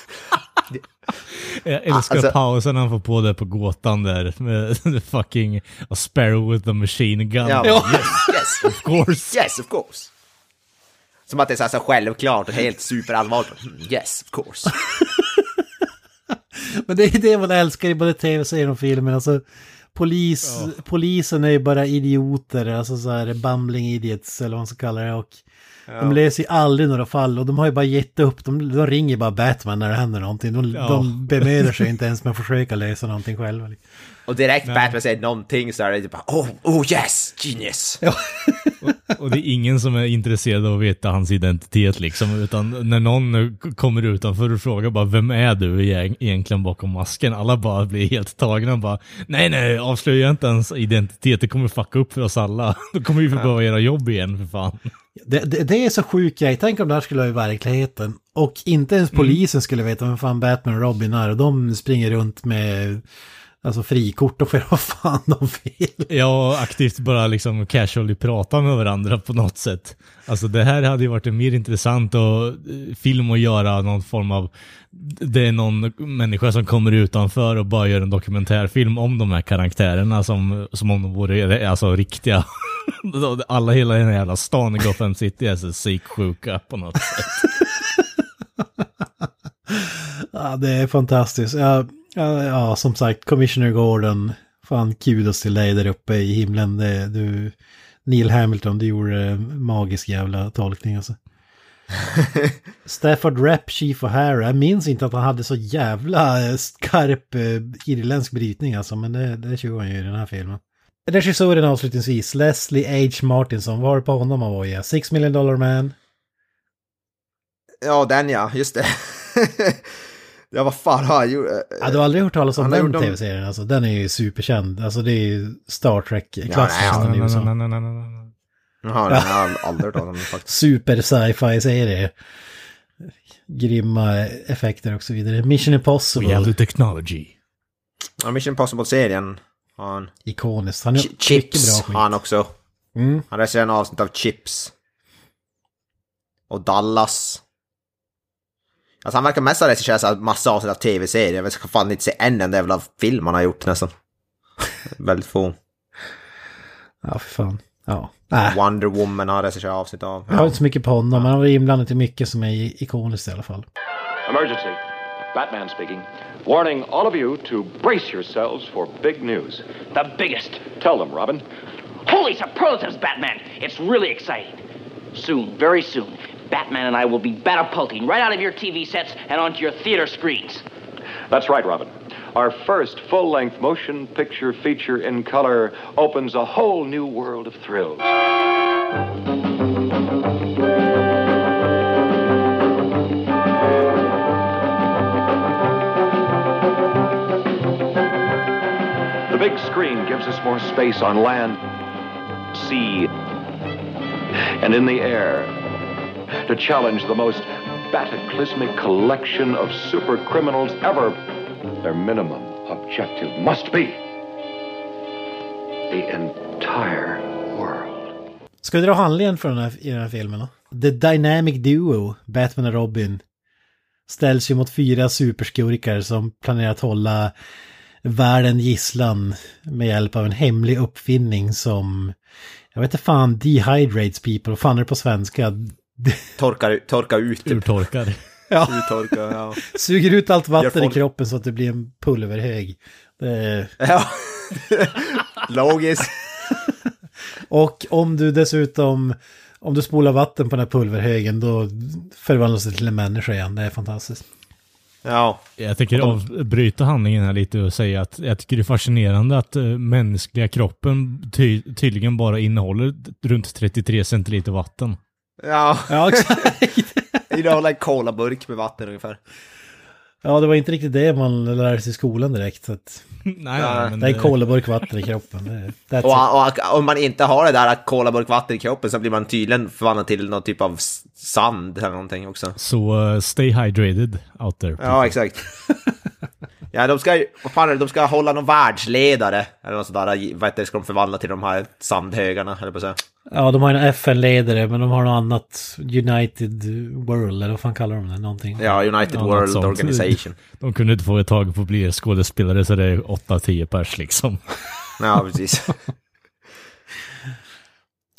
C: Jag älskar pausen han får på det på gåtan där med the fucking a sparrow with the machine gun.
B: Ja, yes, of course.
C: Yes, of course.
B: Som att det är så självklart och helt superallvarligt. Yes, of course.
D: Men det är det man älskar i både tv-serien och filmen. Alltså, polisen är ju bara idioter. Alltså så här bumbling idiots eller vad man ska kalla det. Och de läser ju aldrig några fall. Och de har ju bara gett upp. De ringer bara Batman när det händer någonting. De bemöder sig inte ens med att försöka läsa någonting själva.
B: Och direkt Batman säger någonting så är det bara oh yes, genius. Ja.
C: Och det är ingen som är intresserad av att veta hans identitet liksom, utan när någon kommer utanför och frågar bara vem är du egentligen bakom masken, alla bara blir helt tagna och bara nej, avslöja inte ens identitet, det kommer fucka upp för oss alla. Då kommer vi få behöva göra jobb igen för fan.
D: Det är så sjukt grej. Tänk om det här skulle vara i verkligheten och inte ens polisen skulle veta vem fan Batman och Robin är och de springer runt med alltså frikort och för vad fan de vill.
C: Ja, aktivt bara liksom casually prata med varandra på något sätt. Alltså det här hade ju varit en mer intressant film att göra någon form av, det är någon människa som kommer utanför och bara gör en dokumentärfilm om de här karaktärerna som om de vore alltså riktiga. Alla hela den här jävla stan i Gotham City är så psyksjuka på något sätt.
D: Ja, det är fantastiskt. Ja, som sagt, Commissioner Gordon, fan kudos till dig där uppe i himlen. Neil Hamilton, du gjorde magisk jävla tolkning alltså. Stafford Rapp, Chief O'Hara, jag minns inte att han hade så jävla skarp irländsk brytning alltså, men det tjuvar han ju i den här filmen. Regissören avslutningsvis, Leslie H. Martinson, var på honom av var jag? $6 Million Man.
B: Ja, den ja, just det. Ja, vad fan har jag gjort?
D: Ja, du har aldrig hört talas om den tv-serien, alltså. Den är ju superkänd. Alltså det är ju Star Trek-klassen i USA.
B: Jaha, den har jag aldrig hört talas om faktiskt.
D: Super sci-fi-serie. Grymma effekter och så vidare. Mission Impossible.
C: Reality Technology.
B: Ja, Mission Impossible-serien. Han...
D: Ikoniskt. Han är
B: Chips
D: bra skit.
B: Han också. Han regisserar en avsnitt av Chips. Och Dallas. Alltså han verkar mest ha regisserat en massa avsnitt av tv-serier. Jag ska fan inte se en enda jävla film han har gjort nästan. Väldigt få.
D: Ja, för fan. Ja.
B: Wonder Woman har regisserat avsnitt av. Ja.
D: Jag har inte så mycket på honom, men han var inblandad i mycket som är ikoniskt i alla fall.
E: Emergency. Batman speaking. Warning all of you to brace yourselves for big news.
F: The biggest.
E: Tell them, Robin.
F: Holy superlatives, Batman! It's really exciting. Soon, very soon, Batman and I will be batapulting right out of your TV sets and onto your theater screens.
E: That's right, Robin. Our first full-length motion picture feature in color opens a whole new world of thrills. The big screen gives us more space on land, sea, and in the air to challenge the most cataclysmic collection of super criminals ever. Their minimum objective must be the entire world.
D: Ska vi dra handlingen i den här filmen då? The Dynamic Duo, Batman och Robin, ställs ju mot 4 superskurkar som planerar att hålla världen gisslan med hjälp av en hemlig uppfinning som, jag vet inte fan, dehydrates people, och fan är det på svenska?
B: Torka ut.
C: Urtorkar.
D: Ja.
B: Uttorka, ja.
D: Suger ut allt vatten i kroppen så att det blir en pulverhög.
B: Ja. Logiskt.
D: Och om du dessutom, om du spolar vatten på den här pulverhögen, då förvandlas det till en människa igen. Det är fantastiskt.
B: Ja.
C: Jag tänker avbryta handlingen här lite och säga att jag tycker det är fascinerande att mänskliga kroppen tydligen bara innehåller runt 33 centiliter vatten.
B: Ja,
D: exakt.
B: Innehåller en colaburk med vatten ungefär.
D: Ja, det var inte riktigt det man lärde sig i skolan direkt. Så att...
C: Nej, men
D: det är colaburk vatten i kroppen.
B: Och om man inte har det där colaburk vatten i kroppen så blir man tydligen förvandlad till någon typ av sand eller någonting också.
C: Så stay hydrated out there. People.
B: Ja, exakt. Ja, de ska hålla någon världsledare eller något sådär. Vad heter det, ska de förvandla till de här sandhögarna eller på så.
D: Ja, de har en FN-ledare, men de har något annat, United World, eller vad fan kallar de det? Någonting.
B: Ja, United World Organization.
C: De kunde inte få ett tag på att bli skådespelare, så det är 8-10 pers liksom.
B: Ja, precis.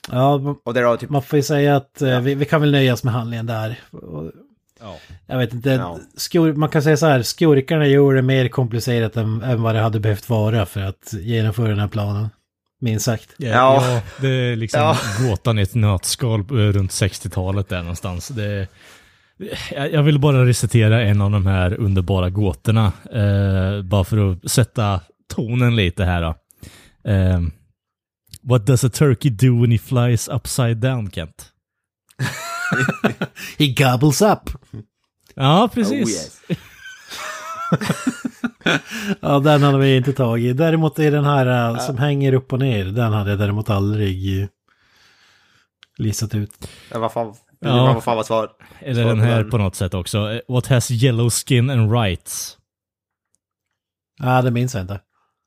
D: Ja,
B: Och det är typ...
D: man får ju säga att vi kan väl nöjas med handlingen där.
C: Ja.
D: Jag vet inte, man kan säga så här, skurkarna gjorde det mer komplicerat än vad det hade behövt vara för att genomföra den här planen. Minst sagt.
C: Ja, det är liksom gåtan i ett nötskal runt 60-talet där någonstans. Jag vill bara recitera en av de här underbara gåtorna. Bara för att sätta tonen lite här då. What does a turkey do when he flies upside down, Kent?
D: He gobbles up.
C: Ja, precis.
B: Oh, yes.
D: Ja, den hade vi inte tagit. Däremot är den här som hänger upp och ner, den hade jag däremot aldrig listat ut.
B: Ja, vad fan var svar?
C: Eller den här på något sätt också. What has yellow skin and rights?
D: Ja, det minns jag inte.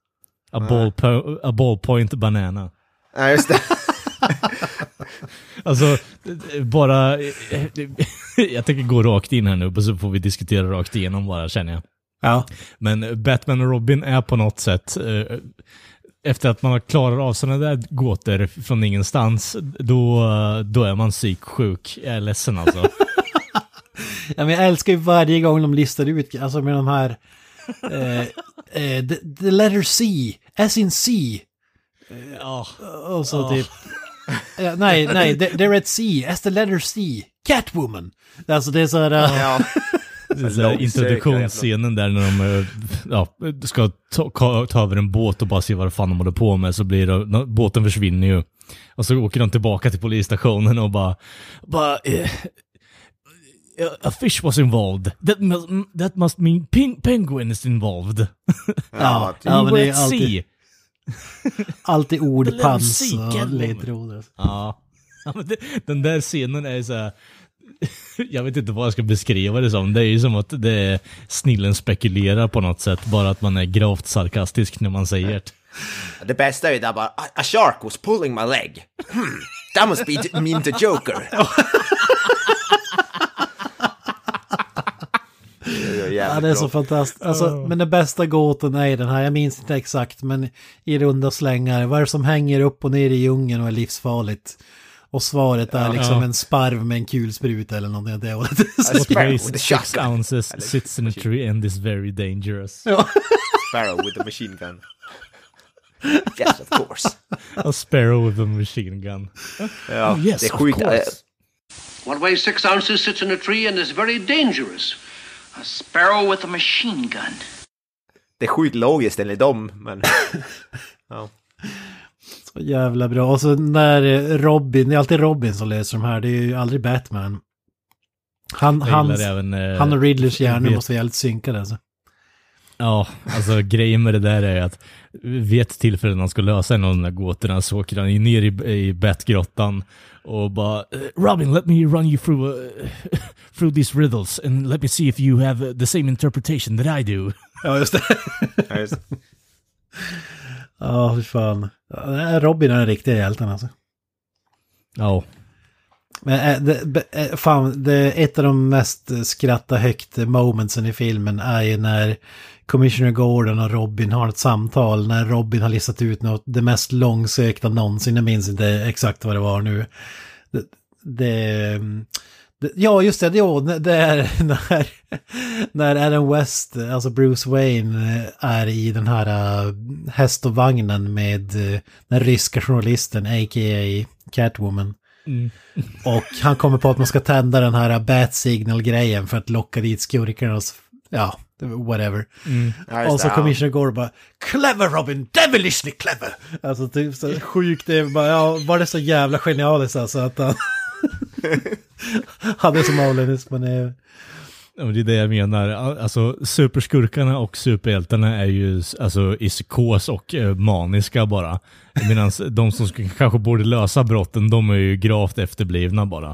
C: A ballpoint banana.
B: Ja, just det.
C: Alltså, bara... Jag tänker gå rakt in här nu, och så får vi diskutera rakt igenom bara, känner jag.
D: Ja.
C: Men Batman och Robin är på något sätt... Efter att man har klarat av sådana där gåtor från ingenstans, då är man psyksjuk. Jag är ledsen alltså.
D: Ja, men jag älskar ju varje gång de listar ut, alltså med de här... the letter C, as in C. Och så typ... nej, the red C, as the letter C. Catwoman. Alltså det är så här...
C: Det är så här introduktionsscenen där när de ska ta över en båt och bara se vad fan de håller på med, så blir det, båten försvinner ju. Och så åker de tillbaka till polisstationen och bara a fish was involved. That must mean penguin is involved.
D: Ja, men det är alltid ordpans och ledtrådar.
C: Ja, men den där scenen är så här... Jag vet inte vad jag ska beskriva det som. Det är ju som att det är snillen spekulerar på något sätt. Bara att man är gravt sarkastisk när man säger det.
B: Det bästa är ju där bara, a shark was pulling my leg. That must be mean to Joker.
D: Ja, det är så fantastiskt. Alltså, men den bästa gåten är den här, jag minns inte exakt, men i runda slängar. Vad är det som hänger upp och ner i djungeln och är livsfarligt? Och svaret är liksom en sparv med en kulspruta eller någonting av det.
C: What weighs 6 ounces, sits in a tree and is very dangerous.
B: Sparrow with a machine gun. Yes, of course.
C: A sparrow with a machine gun.
B: Ja,
C: oh, yes,
B: det är sjukt.
G: What weighs 6 ounces, sits in a tree and is very dangerous.
F: A sparrow with a machine gun.
B: Det är sjukt logiskt enligt dem, men... ja.
D: Så jävla bra. Och så när Robin, det är alltid Robin som läser de här, det är ju aldrig Batman. Han och Riddlers hjärnor måste vara jävligt synkade alltså.
C: Ja, alltså grejen med det där är att vid ett tillfälle när han ska lösa en av de där gåtorna så åker han ner i Batgrottan och bara Robin, let me run you through these riddles and let me see if you have the same interpretation that I do.
D: Ja, just det. Ja, fy fan. Robin är den riktiga hjälten alltså.
C: Ja.
D: Men det är ett av de mest skratta högt momentsen i filmen är ju när Commissioner Gordon och Robin har ett samtal, när Robin har listat ut något, det mest långsökta någonsin, jag minns inte exakt vad det var nu. Ja, just det, det är när Adam West, alltså Bruce Wayne, är i den här häst och vagnen med den ryska journalisten, a.k.a. Catwoman. Mm. Och han kommer på att man ska tända den här bat-signal-grejen för att locka dit skurkarna och ja, whatever. Mm. Och så Commissioner Gordon bara, clever Robin, devilishly clever! Alltså typ så sjukt, det är bara, ja, var det så jävla genialiskt alltså att han hade som avlednings, men
C: ja, men det är det jag menar. Alltså superskurkarna och superhjältarna är ju alltså i psykos och maniska bara. Medan de som kanske borde lösa brotten, de är ju gravt efterblivna bara.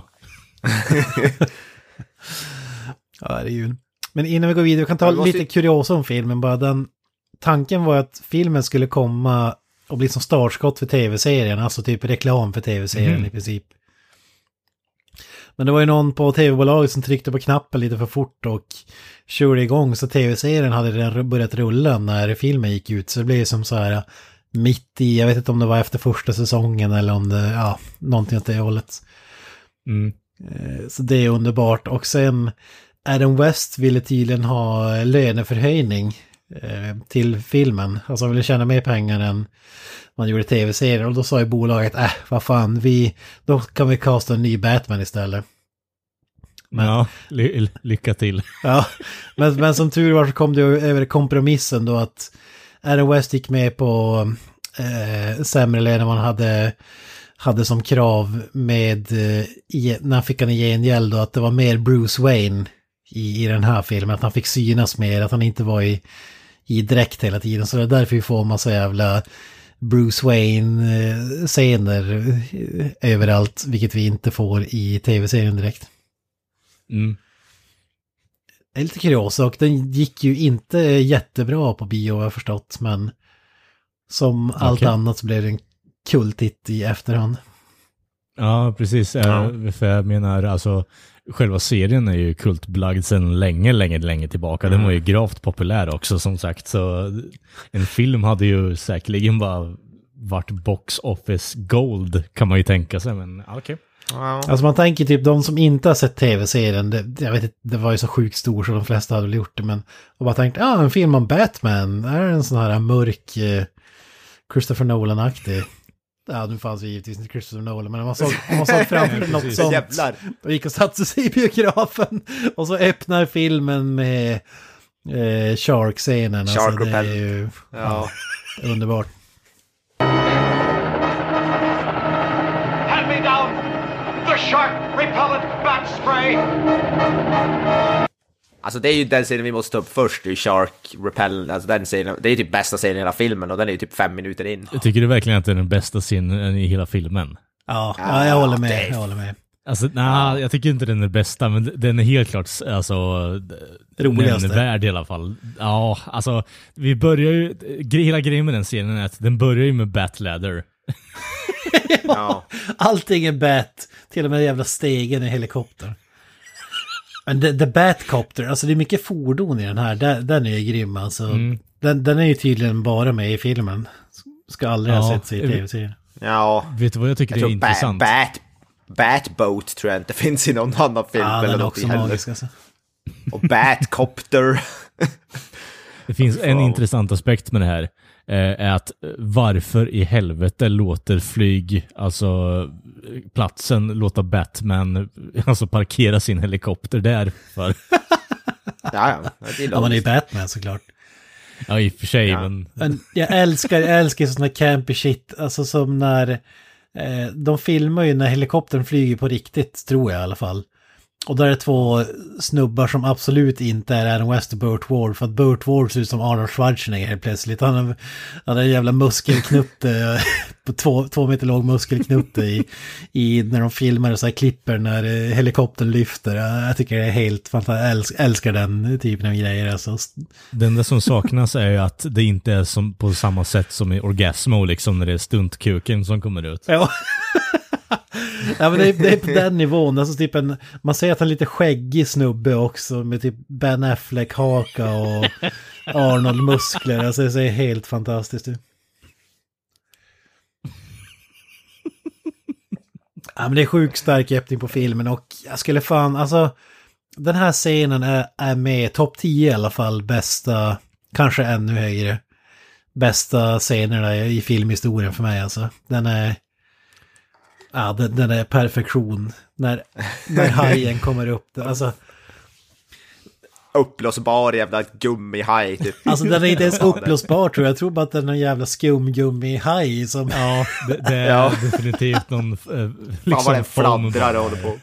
D: Ja, det är ju. Men innan vi går vidare, vi kan ta lite kuriosa om filmen. Bara den tanken var att filmen skulle komma och bli som startskott för tv-serien, alltså typ reklam för tv-serien i princip. Men det var ju någon på tv-bolaget som tryckte på knappen lite för fort och körde igång, så tv-serien hade redan börjat rulla när filmen gick ut. Så det blev som så här, mitt i, jag vet inte om det var efter första säsongen eller om det, ja, någonting åt det hållet. Så det är underbart. Och sen Adam West ville tydligen ha löneförhöjning till filmen. Alltså han ville tjäna mer pengar än man gjorde tv-serier. Och då sa ju bolaget, vad fan, då kan vi kasta en ny Batman istället. Men,
C: ja, lycka till.
D: Ja, men som tur var så kom det över kompromissen då att Adam West gick med på sämre lön än man hade som krav med när han fick han i gengäld då, att det var mer Bruce Wayne i den här filmen, att han fick synas mer, att han inte var i dräkt hela tiden. Så det är därför vi får massa jävla Bruce Wayne-scener överallt, vilket vi inte får i tv-serien direkt. Det är lite kuriosa, och den gick ju inte jättebra på bio, jag har förstått, men som allt annat så blev det en kultigt i efterhand.
C: Ja, precis. För jag menar, alltså själva serien är ju kultbelagd sedan länge tillbaka. Den var ju gravt populär också, som sagt. Så en film hade ju säkerligen bara varit box office gold, kan man ju tänka sig. Men okej.
D: Alltså man tänker typ de som inte har sett tv-serien, jag vet inte, det var ju så sjukt stor så de flesta hade väl gjort det, men och bara tänkt, en film om Batman, är en sån här mörk Christopher Nolan-aktig. Ja, nu fanns ju givetvis inte Christopher Nolan, men man såg framför något sånt.
B: Jävlar.
D: Och gick och satte sig i biografen. Och så öppnar filmen med Shark-scenen.
B: Shark
D: alltså, det är ju underbart.
H: Hand me down the shark repellent bat spray.
B: Alltså det är ju den scenen vi måste ta upp först, det är Shark Repel, alltså den scenen, det är ju typ bästa scenen i hela filmen och den är ju typ 5 minuter in.
C: Jag tycker du verkligen att det är den bästa scenen i hela filmen?
D: Ja, jag håller med.
C: Alltså, jag tycker inte den är bästa, men den är helt klart, alltså,
D: roligaste.
C: Den är värd i alla fall. Ja, alltså, vi börjar ju, hela grejen med den scenen är att den börjar ju med Batladder.
D: Ja, allting är Bat, till och med jävla stegen i helikopter. Men The Batcopter, alltså det är mycket fordon i den här, den är ju grym alltså. Den är ju tydligen bara med i filmen. Ska aldrig ha sett sig i tv-serien.
B: Ja.
C: Vet du vad jag tycker är intressant?
B: Batboat tror jag inte finns i någon annan film.
D: Ja,
B: eller
D: den är
B: något
D: också
B: heller.
D: magisk alltså.
B: Och Batcopter.
C: Det finns en intressant aspekt med det här. Är att varför i helvete låter flyg, alltså platsen, låta Batman alltså parkera sin helikopter där för.
B: Ja,
D: man är ju Batman såklart.
C: Ja, i och för sig,
D: men jag älskar sådana campy shit, alltså som när de filmar ju när helikoptern flyger på riktigt, tror jag i alla fall. Och där är 2 snubbar som absolut inte är Adam West och Burt Ward, för att Burt Ward ser ut som Arnold Schwarzenegger helt plötsligt. Han hade en jävla muskelknutte på 2 meter lång muskelknutte i när de filmar och så här klipper när helikoptern lyfter. Jag tycker det är helt fantastiskt. Älskar den typen av grejer. Alltså.
C: Det enda som saknas är ju att det inte är som på samma sätt som i Orgasmo, liksom när det är stuntkuken som kommer ut.
D: Ja. Ja, men det är på den nivån, alltså typ man ser att han är lite skäggig snubbe också med typ Ben Affleck haka och Arnold muskler, alltså det ser helt fantastiskt ut. Ja, men det är sjukt stark öppning på filmen, och jag skulle fan, alltså den här scenen är med topp 10 i alla fall, bästa, kanske ännu högre, bästa scenerna i filmhistorien för mig alltså. Den är perfektion när hajen kommer upp. Alltså,
B: uppblåsbar jävla gummihaj typ.
D: Alltså den är inte ens uppblåsbar, tror jag. Jag tror bara att den är en jävla skumgummihaj som...
C: Ja, det är definitivt någon liksom,
B: fan vad den fladdrar och håller på.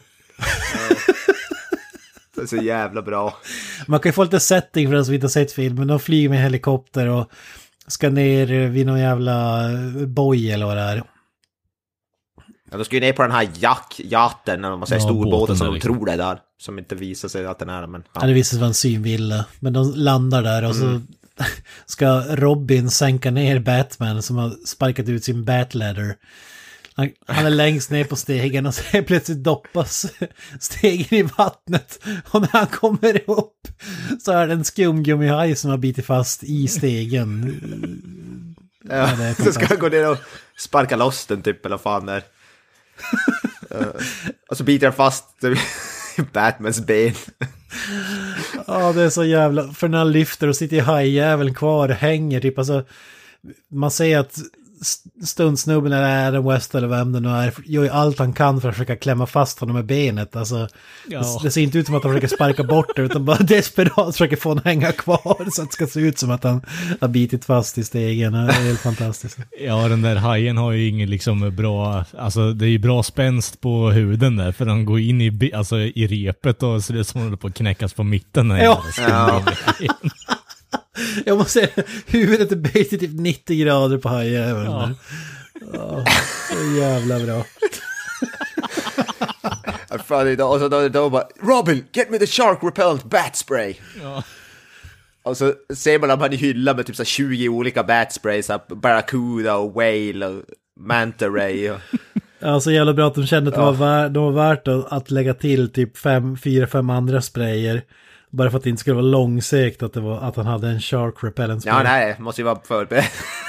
B: Det är så jävla bra.
D: Man kan ju få lite setting för den som inte har sett filmen. De flyger med helikopter och ska ner vid någon jävla boj eller vad det är.
B: Ja, då ska ju ner på den här yachten, när man säger storbåten som de
C: liksom
B: tror det där. Som inte visar sig att den är, men...
D: Ja, det visar sig vara en synvilla. Men de landar där och så ska Robin sänka ner Batman som har sparkat ut sin Batladder. Han är längst ner på stegen och så plötsligt doppas stegen i vattnet. Och när han kommer upp så är det en skumgummihaj som har bitit fast i stegen.
B: Ja, så ska han gå ner och sparka loss den typ, eller vad fan där. Och så biter han fast Batmans ben.
D: Ja, det är så jävla... För när han lyfter och sitter i hajjäveln kvar och hänger typ, alltså... Man säger att stundsnubben eller Adam West eller vem det nu är gör ju allt han kan för att försöka klämma fast honom med benet. Alltså, det ser inte ut som att han försöker sparka bort det, utan bara desperat försöker få honom hänga kvar så att det ska se ut som att han har bitit fast i stegen. Det är helt fantastiskt.
C: Ja, den där hajen har ju ingen liksom bra... Alltså det är ju bra spänst på huden där, för han går in i repet och ser ut som att han håller på att knäckas på mitten.
D: Ja. Jag måste säga, huvudet är böjt till typ 90 grader på hajjäveln. Ja. Så jävla bra.
B: Och så då bara, Robin, get me the shark repellent bat spray. Ja. Och så ser man att han är hylla med typ så 20 olika bat sprays, Barracuda och Whale och Manta Ray.
D: Ja, så jävla bra att de kände att det var värt att lägga till typ 4-5 andra sprayer. Bara för att det inte skulle vara långsökt att han hade en shark repellent spray.
B: Ja, nej, måste ju vara förberedd.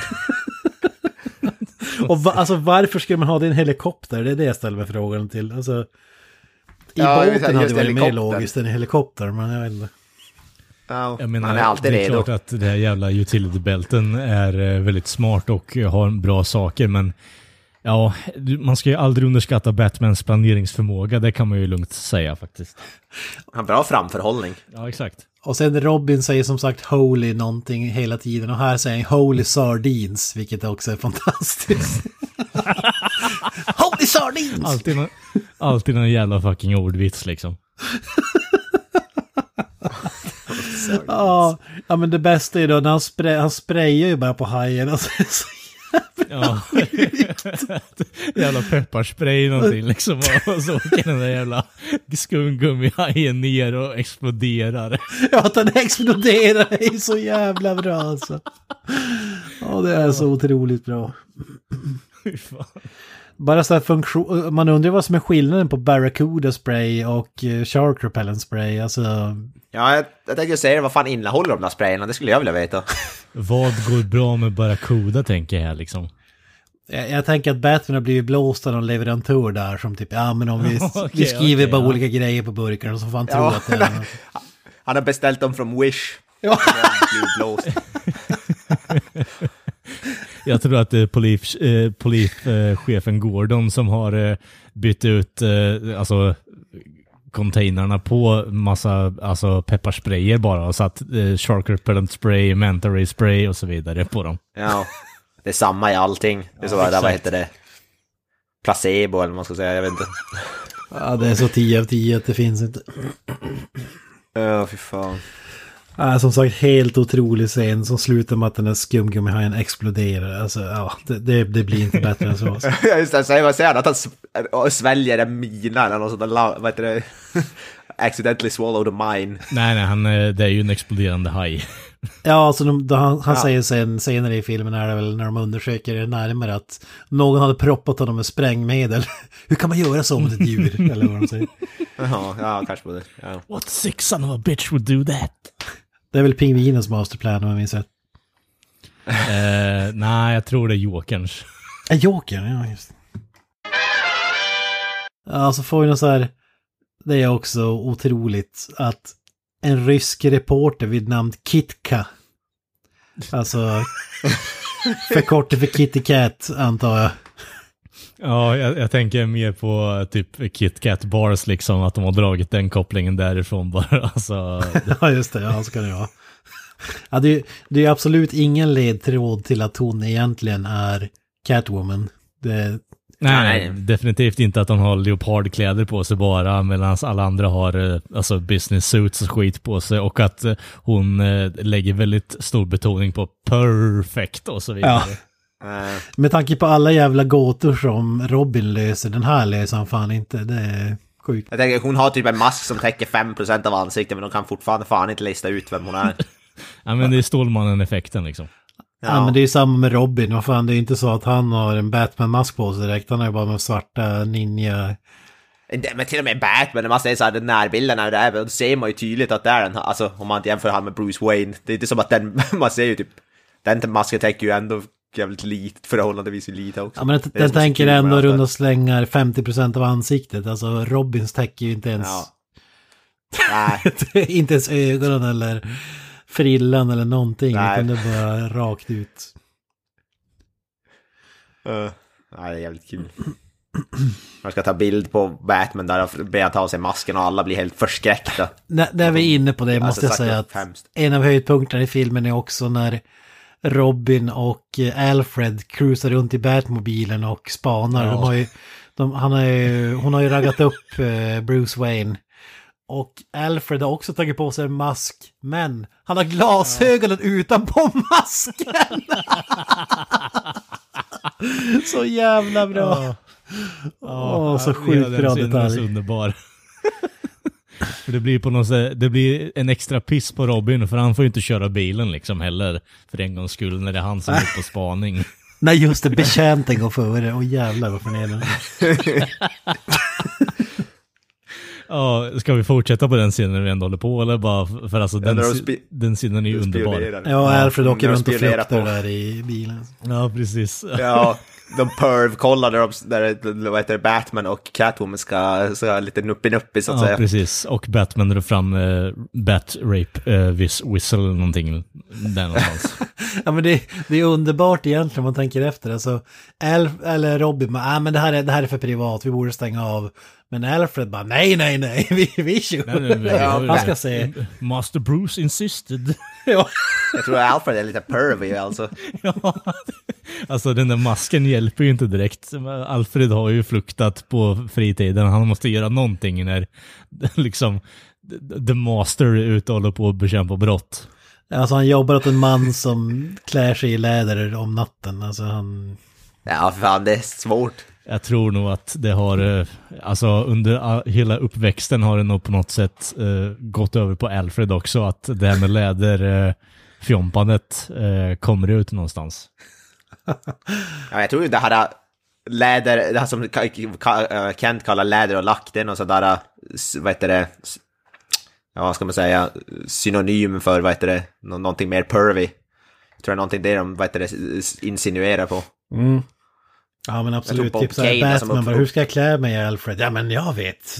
D: Och alltså, varför skulle man ha det i en helikopter? Det är det jag ställer mig frågan till. Alltså, i båten hade det varit mer logiskt än i helikopter, men jag vet inte.
C: Jag menar,
B: han är alltid redo.
C: Det är klart att det här jävla utility-bälten är väldigt smart och har bra saker, men ja, man ska ju aldrig underskatta Batmans planeringsförmåga, det kan man ju lugnt säga faktiskt.
B: Han har bra framförhållning.
C: Ja, exakt.
D: Och sen Robin säger som sagt holy någonting hela tiden, och här säger han holy sardines, vilket också är fantastiskt. Holy sardines!
C: Alltid någon jävla fucking ordvits liksom.
D: Ja, men det bästa är då när han sprayar ju bara på hajen och så
C: ja, jävla pepparspray någonting liksom, och så åker den där jävla skumgummihajen ner och exploderar.
D: Ja, att den exploderar är så jävla bra alltså. Ja, det är så otroligt bra. Bara så här funktion, man undrar vad som är skillnaden på Barracuda spray och shark repellent spray, alltså.
B: Ja, jag tänkte säga vad fan innehåller de där sprayerna, det skulle jag vilja veta. Vad
C: går bra med Barracuda, tänker jag här liksom.
D: Jag tänker att Batman har blivit blåst av någon leverantör där som typ, ja men om vi skriver bara olika grejer på burkarna så får han tro att det är
B: han har beställt dem från Wish. Ja. Blåst.
C: Jag tror att det är polischefen Gordon som har bytt ut alltså containrarna på massa alltså pepparsprayer bara, och satt shark repellent spray, manta ray spray och så vidare på dem.
B: Ja, det är samma i allting. Det är så där, vad heter det? Placebo eller vad man ska säga, jag vet inte.
D: Ja, det är så 10 av 10 att det finns inte.
B: Ja, fy fan.
D: Som sagt, helt otrolig scen som slutar med att den här skumgummihajen exploderar. Alltså, ja, det blir inte bättre än så.
B: Ja, just det, vad säger han? Att han sväljer en mina eller något sånt där, vad heter det? Accidentally swallowed a mine.
C: Nej, det är ju en exploderande haj.
D: Ja, alltså han säger sen senare i filmen är det väl när de undersöker det närmare att någon hade proppat honom med sprängmedel. Hur kan man göra så mot ett djur? Eller vad de säger.
B: Ja, kanske på det. Ja.
C: What sick son of a bitch would do that?
D: Det är väl pingvinens masterplan om jag minns rätt.
C: Nej, jag tror det är Jokerns.
D: Jokern, ja just. Ja, så får vi något så här. Det är också otroligt att en rysk reporter vid namn Kitka, alltså förkortat för Kitty Cat antar jag.
C: Ja, jag tänker mer på typ Kit Kat Bars liksom, att de har dragit den kopplingen därifrån bara. Alltså.
D: Ja, just det, ja, så kan det vara. Ja, det är absolut ingen ledtråd till att hon egentligen är Catwoman.
C: Nej, definitivt inte att hon har leopardkläder på sig bara, medan alla andra har alltså business suits och skit på sig, och att hon lägger väldigt stor betoning på perfect och så vidare.
D: Ja. Med tanke på alla jävla gåtor som Robin löser, den här löser han fan inte, det är sjukt.
B: Jag tänker, hon har typ en mask som täcker 5% av ansiktet, men de kan fortfarande fan inte lista ut vem hon är.
C: Ja, men det är Stålmannen-effekten liksom.
D: Ja, men det är samma med Robin. Vad fan, det är inte så att han har en Batman-mask på sig direkt. Han har ju bara med svarta ninja.
B: Men till och med Batman, man säger så här, den närbilderna där, då ser man ju tydligt att det är den. Alltså, om man inte jämför han med Bruce Wayne. Det är inte som att man ser ju typ, den masken täcker ju ändå jävligt litet, förhållandevis lite också.
D: Ja, men den tänker ändå runda slängar 50% av ansiktet. Alltså Robins täcker ju inte ens...
B: Ja. Nej.
D: inte ens ögonen eller frillan eller någonting.
B: Nej.
D: Utan det bara rakt ut.
B: Nej, det är jävligt kul. Man ska ta bild på Batman där och ber han ta av sig masken och alla blir helt förskräckta.
D: När vi är inne på det måste jag säga att en av höjdpunkterna i filmen är också när Robin och Alfred cruisar runt i Batmobilen och spanar. Ja. Hon har ju raggat upp Bruce Wayne. Och Alfred har också tagit på sig en mask, men han har glasögonen utanpå masken. Så jävla bra. Så sjukt bra detalj.
C: Så underbar. För det blir på något sätt, det blir en extra piss på Robin, för han får ju inte köra bilen liksom heller för en gångs skull när det är han som är på spaning.
D: Nej, just det, betjänten går före. Jävlar vad förnedrande.
C: Ja, ska vi fortsätta på den scenen när vi ändå håller på, eller bara för alltså den scenen är ju underbar.
D: Ja, Alfred åker runt och flyktar där i bilen.
C: Ja, precis.
B: Ja, de perv-kollar där vad heter det, Batman och Catwoman ska lite nuppi så att säga.
C: Ja, precis. Och Batman drar fram Bat-rape whistle eller någonting där någonstans.
D: Ja, men det är underbart egentligen om man tänker efter. Alltså, eller Robin, men det här är för privat, vi borde stänga av. Men Alfred bara, nej, vi kör. Man ska se.
C: Master Bruce insisted.
D: Ja.
B: Jag tror Alfred är lite pervy alltså.
C: Ja, alltså den där masken hjälper ju inte direkt. Alfred har ju fluktat på fritiden. Han måste göra någonting när liksom the master är ute och håller på att bekämpa brott.
D: Alltså han jobbar åt en man som klär sig i läder om natten. Alltså han...
B: Ja, fan, det är svårt.
C: Jag tror nog att det har, alltså under hela uppväxten har det nog på något sätt gått över på Alfred också, att det här med läderfjompandet kommer ut någonstans.
B: Ja, jag tror ju det här läder, det här som Kent kallar läder och lack, det är någon sådär, vad heter det, ja, vad ska man säga, synonym för, vad heter det, någonting mer pervy. Jag tror det är någonting det de, vad heter det, insinuerar på.
D: Mm. Ja, men absolut. Typ såhär Batman bara, hur ska jag klä mig, Alfred? Ja, men jag vet.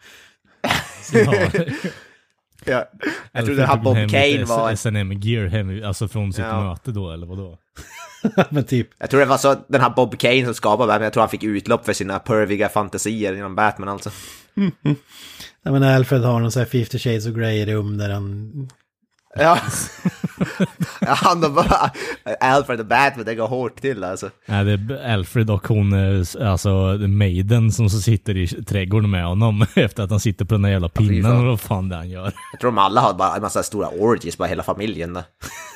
B: Ja. Jag tror det här Bob Kane var...
C: SNM Gear hem, alltså från sitt möte då, eller vadå?
D: Men typ.
B: Jag tror det var så den här Bob Kane som skapade Batman, jag tror han fick utlopp för sina perviga fantasier genom Batman alltså.
D: Ja, men Alfred har någon sån här 50 Shades of Grey-rum där han...
B: Ja. Han och bara Alfred och Batman, det går hårt till alltså.
C: Ja, det är Alfred och hon, alltså Maiden som så sitter i trädgården med honom efter att han sitter på den där jävla pinnen och vad fan det han gör.
B: Jag tror de alla har bara en massa stora orgies, bara hela familjen där.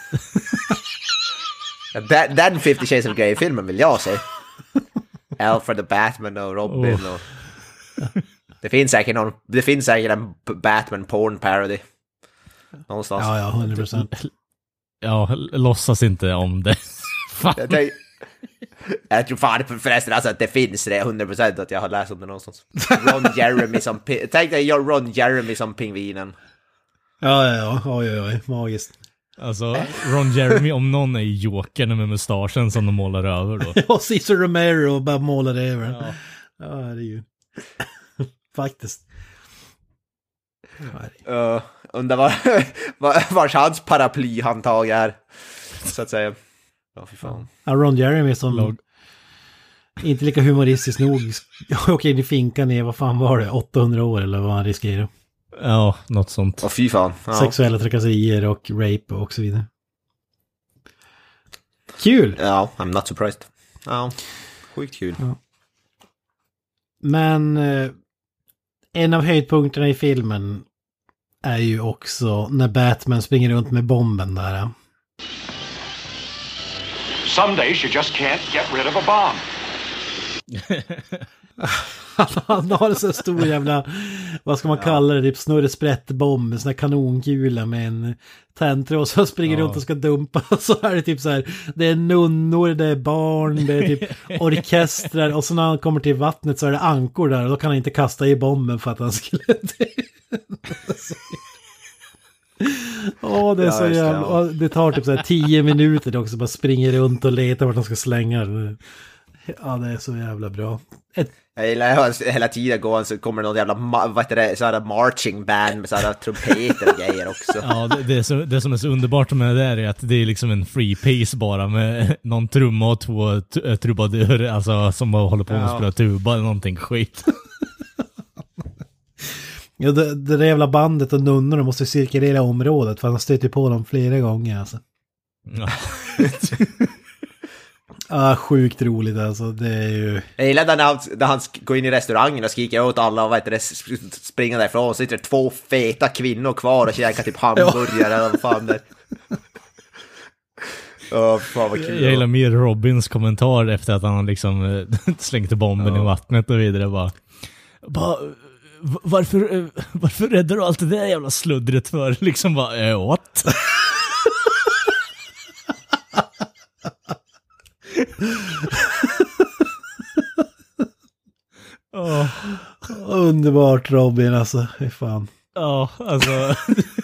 B: Den 50 Shades of Grey-filmen vill jag se. Alfred och Batman och Robin och... Det finns säkert en Batman porn parody någonstans.
D: Ja, 100%.
C: Ja, låtsas inte om det.
B: Jag tror fan förresten alltså att det finns det 100% att jag har läst om det någonstans. Ron Jeremy som... Tänk dig Ron Jeremy som pingvinen.
D: Ja, oj, magiskt.
C: Alltså, Ron Jeremy om någon är Jokern med mustaschen som de målar över då.
D: Ja, Cesar Romero bara målar över. Ja, det är ju... Faktiskt.
B: Undrar vars hans paraplyhandtag är, så att säga. Ja, fy fan.
D: Ja, Ron Jeremy som inte lika humoristisk nog åker in i finkan i, vad fan var det, 800 år eller vad han riskerar.
C: Ja, något sånt.
B: Ja, fy fan. Ja.
D: Sexuella trakasserier och rape och så vidare. Kul!
B: Ja, I'm not surprised. Ja, sjukt kul. Ja.
D: Men en av höjdpunkterna i filmen är ju också när Batman springer runt med bomben där.
H: Some days you just can't get rid of a bomb.
D: Han har en så stor jävla, vad ska man kalla det, typ snurresprättbomb, en sån här kanonkula med en tändtråd, och så springer runt och ska dumpa, och så är det typ så här, det är nunnor, det är barn, det är typ orkestrar, och så när han kommer till vattnet så är det ankor där, och då kan han inte kasta i bomben för att han skulle Det är så jävla... Det tar typ så här 10 minuter också. Bara springer runt och letar vart de ska slänga. Ja, det är så jävla bra.
B: Jag gillar hela tiden så kommer det någon jävla så här marching band med så här trumpeter och grejer också.
C: Ja, det som är så underbart med det där är att det är liksom en free pace bara med någon trumma och 2 trubadurer, alltså som bara håller på med att spela tuba eller någonting skit.
D: Ja, det där jävla bandet och nunnorna måste cirkulera området för han stöter på dem flera gånger alltså. Ja. Sjukt roligt alltså, det är ju...
B: Jag gillar när han går in i restaurangen och skriker åt alla och springer därifrån och sitter 2 feta kvinnor kvar och käkar typ hamburgare eller vad fan det fan vad kul.
C: Jag gillar mer Robins kommentar efter att han liksom slängde bomben i vattnet och vidare bara varför räddar du allt det där jävla sluddret för? Liksom bara, what?
D: Underbart Robin alltså, hur fan.
C: Ja, alltså...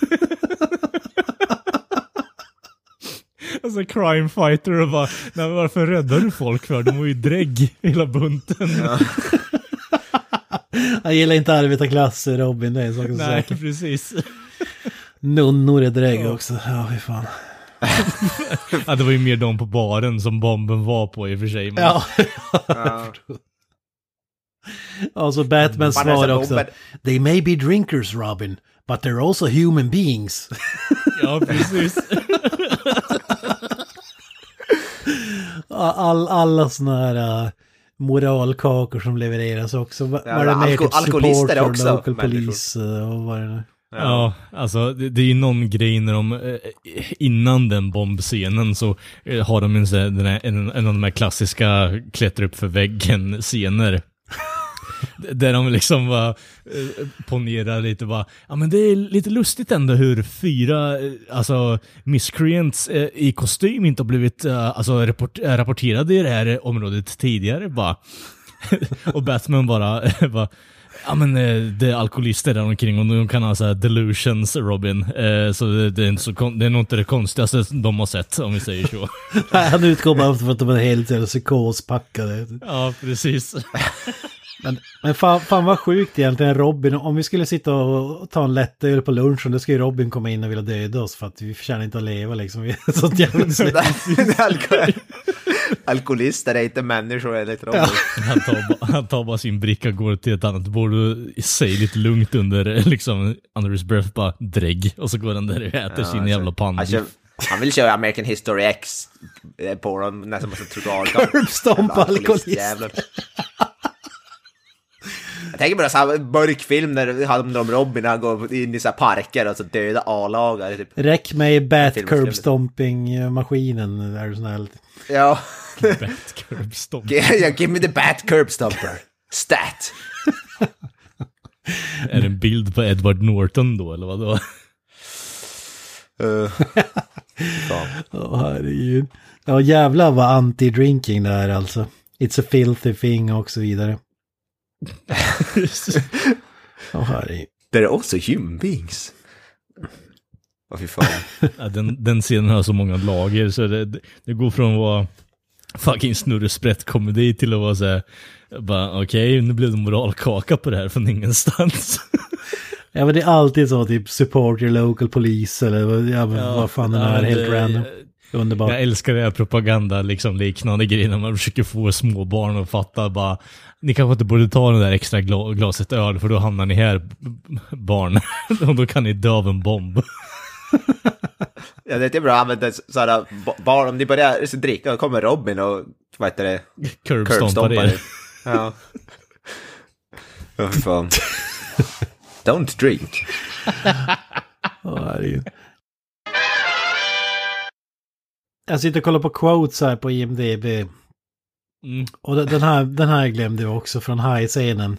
C: Alltså crime fighter och bara, nej, varför räddar du folk för? De var ju drägg hela bunten. Ja.
D: Han gillar inte arbetarklasser, Robin, det är så.
C: Nej, precis.
D: Nunnor är drägg också, ja hur fan.
C: Ja, det var ju mer de på baren som bomben var på i och för sig. Men...
D: Ja. Alltså Batman svarar också, they may be drinkers, Robin, but they're also human beings.
C: Ja, precis.
D: Alla såna här moralkakor som levereras också. Var det med typ
B: alkoholister också,
D: local police och vad är det?
C: Ja, alltså det är ju någon grej när de innan den bombscenen så har de en av de här klassiska klättra upp för väggen scener. Där de liksom bara ponerar lite bara, ja men det är lite lustigt ändå hur 4 alltså miscreants i kostym inte har blivit alltså rapporterade i det här området tidigare bara. Och Batman bara ja men det är alkoholister där omkring och de kan ha så här delusions, Robin. Så det är nog inte det konstigaste de har sett, om vi säger så.
D: Nej, han utgår bara för att de är helt psykospackade.
C: Ja, precis.
D: Men fan vad sjukt egentligen, Robin. Om vi skulle sitta och ta en lätt öl på lunchen, då ska ju Robin komma in och vilja döda oss för att vi förtjänar inte att leva liksom. Vi är sånt jävla
B: alkoholister är inte människor enligt Robin.
C: Ja. Han tar bara sin bricka och går till ett annat bord och säger lite lugnt under his breath bara drägg. Och så går han där och äter sin jävla panna.
B: Han vill köra American History X på dem nästan massa trottoar.
D: Curbstomp alkoholister.
B: Jag tänker bara så här mörkfilm när han och Robin han går in i så här parker och så döda A-lagare typ.
D: Räck mig bat curbstomping maskinen är du snäll.
B: Ja.
C: Bat curbstomp.
B: Give me the bat curbstomper. Stat.
C: Är det en bild på Edward Norton då eller vad då?
D: Herregud. Ja jävlar vad anti-drinking det är alltså. It's a filthy thing och så vidare.
B: They're also human beings. Vad fy fan.
C: Ja, den scenen har så många lager så det går från att vara fucking snurresprätt-komedi till att vara så här, bara okej, nu blev det moralkaka på det här från ingenstans.
D: Ja men det är alltid så typ support your local police eller vad fan den är helt random. Underbart.
C: Jag älskar det här propaganda liksom liknande grejer när man försöker få små barn att fatta bara, ni kanske inte borde ta den där extra glaset öl för då hamnar ni här barn och då kan ni dö av en bomb.
B: Ja det är bra att använda sådana barn, om ni börjar dricka och kommer Robin och vad heter det?
C: Curbstompar det.
B: Ja. Vad fan. Don't drink.
D: Jag sitter och kollar på quotes här på IMDb. Och den här glömde jag också från high-scenen.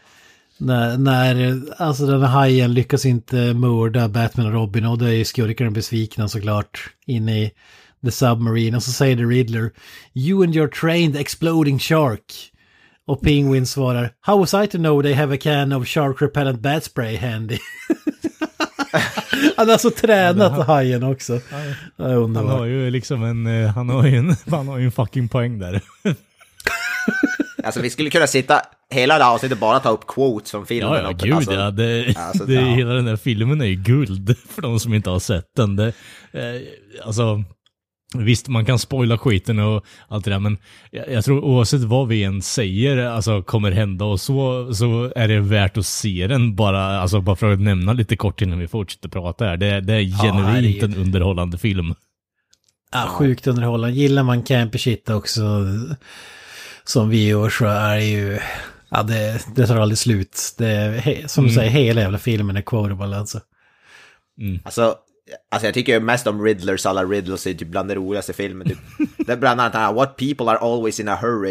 D: När alltså den här hajen lyckas inte mörda Batman och Robin och då är ju skurkarna besvikna såklart inne i The Submarine. Och så säger The Riddler, you and your trained exploding shark. Och Penguin svarar, how was I to know they have a can of shark repellent bat spray handy? Han har så tränat hajen också.
C: Han har ju liksom han har ju en fucking poäng där.
B: Alltså vi skulle kunna sitta hela det avsnittet och bara ta upp quotes från filmen.
C: Ja, gud
B: alltså,
C: ja. Hela den där filmen är ju guld för de som inte har sett den. Alltså, visst, man kan spoila skiten och allt det där, men jag tror oavsett vad vi än säger alltså kommer hända och så är det värt att se den bara för att nämna lite kort innan vi fortsätter prata här. Det är genuint en underhållande film.
D: Ja, sjukt underhållande. Gillar man campy shit också som vi gör så är det ju... Ja, det tar aldrig slut. Som du säger, hela jävla filmen är quotable alltså.
B: Alltså jag tycker mest om Riddlers, alla Riddles är typ bland det roligaste filmen. Typ. Det är bland annat what people are always in a hurry.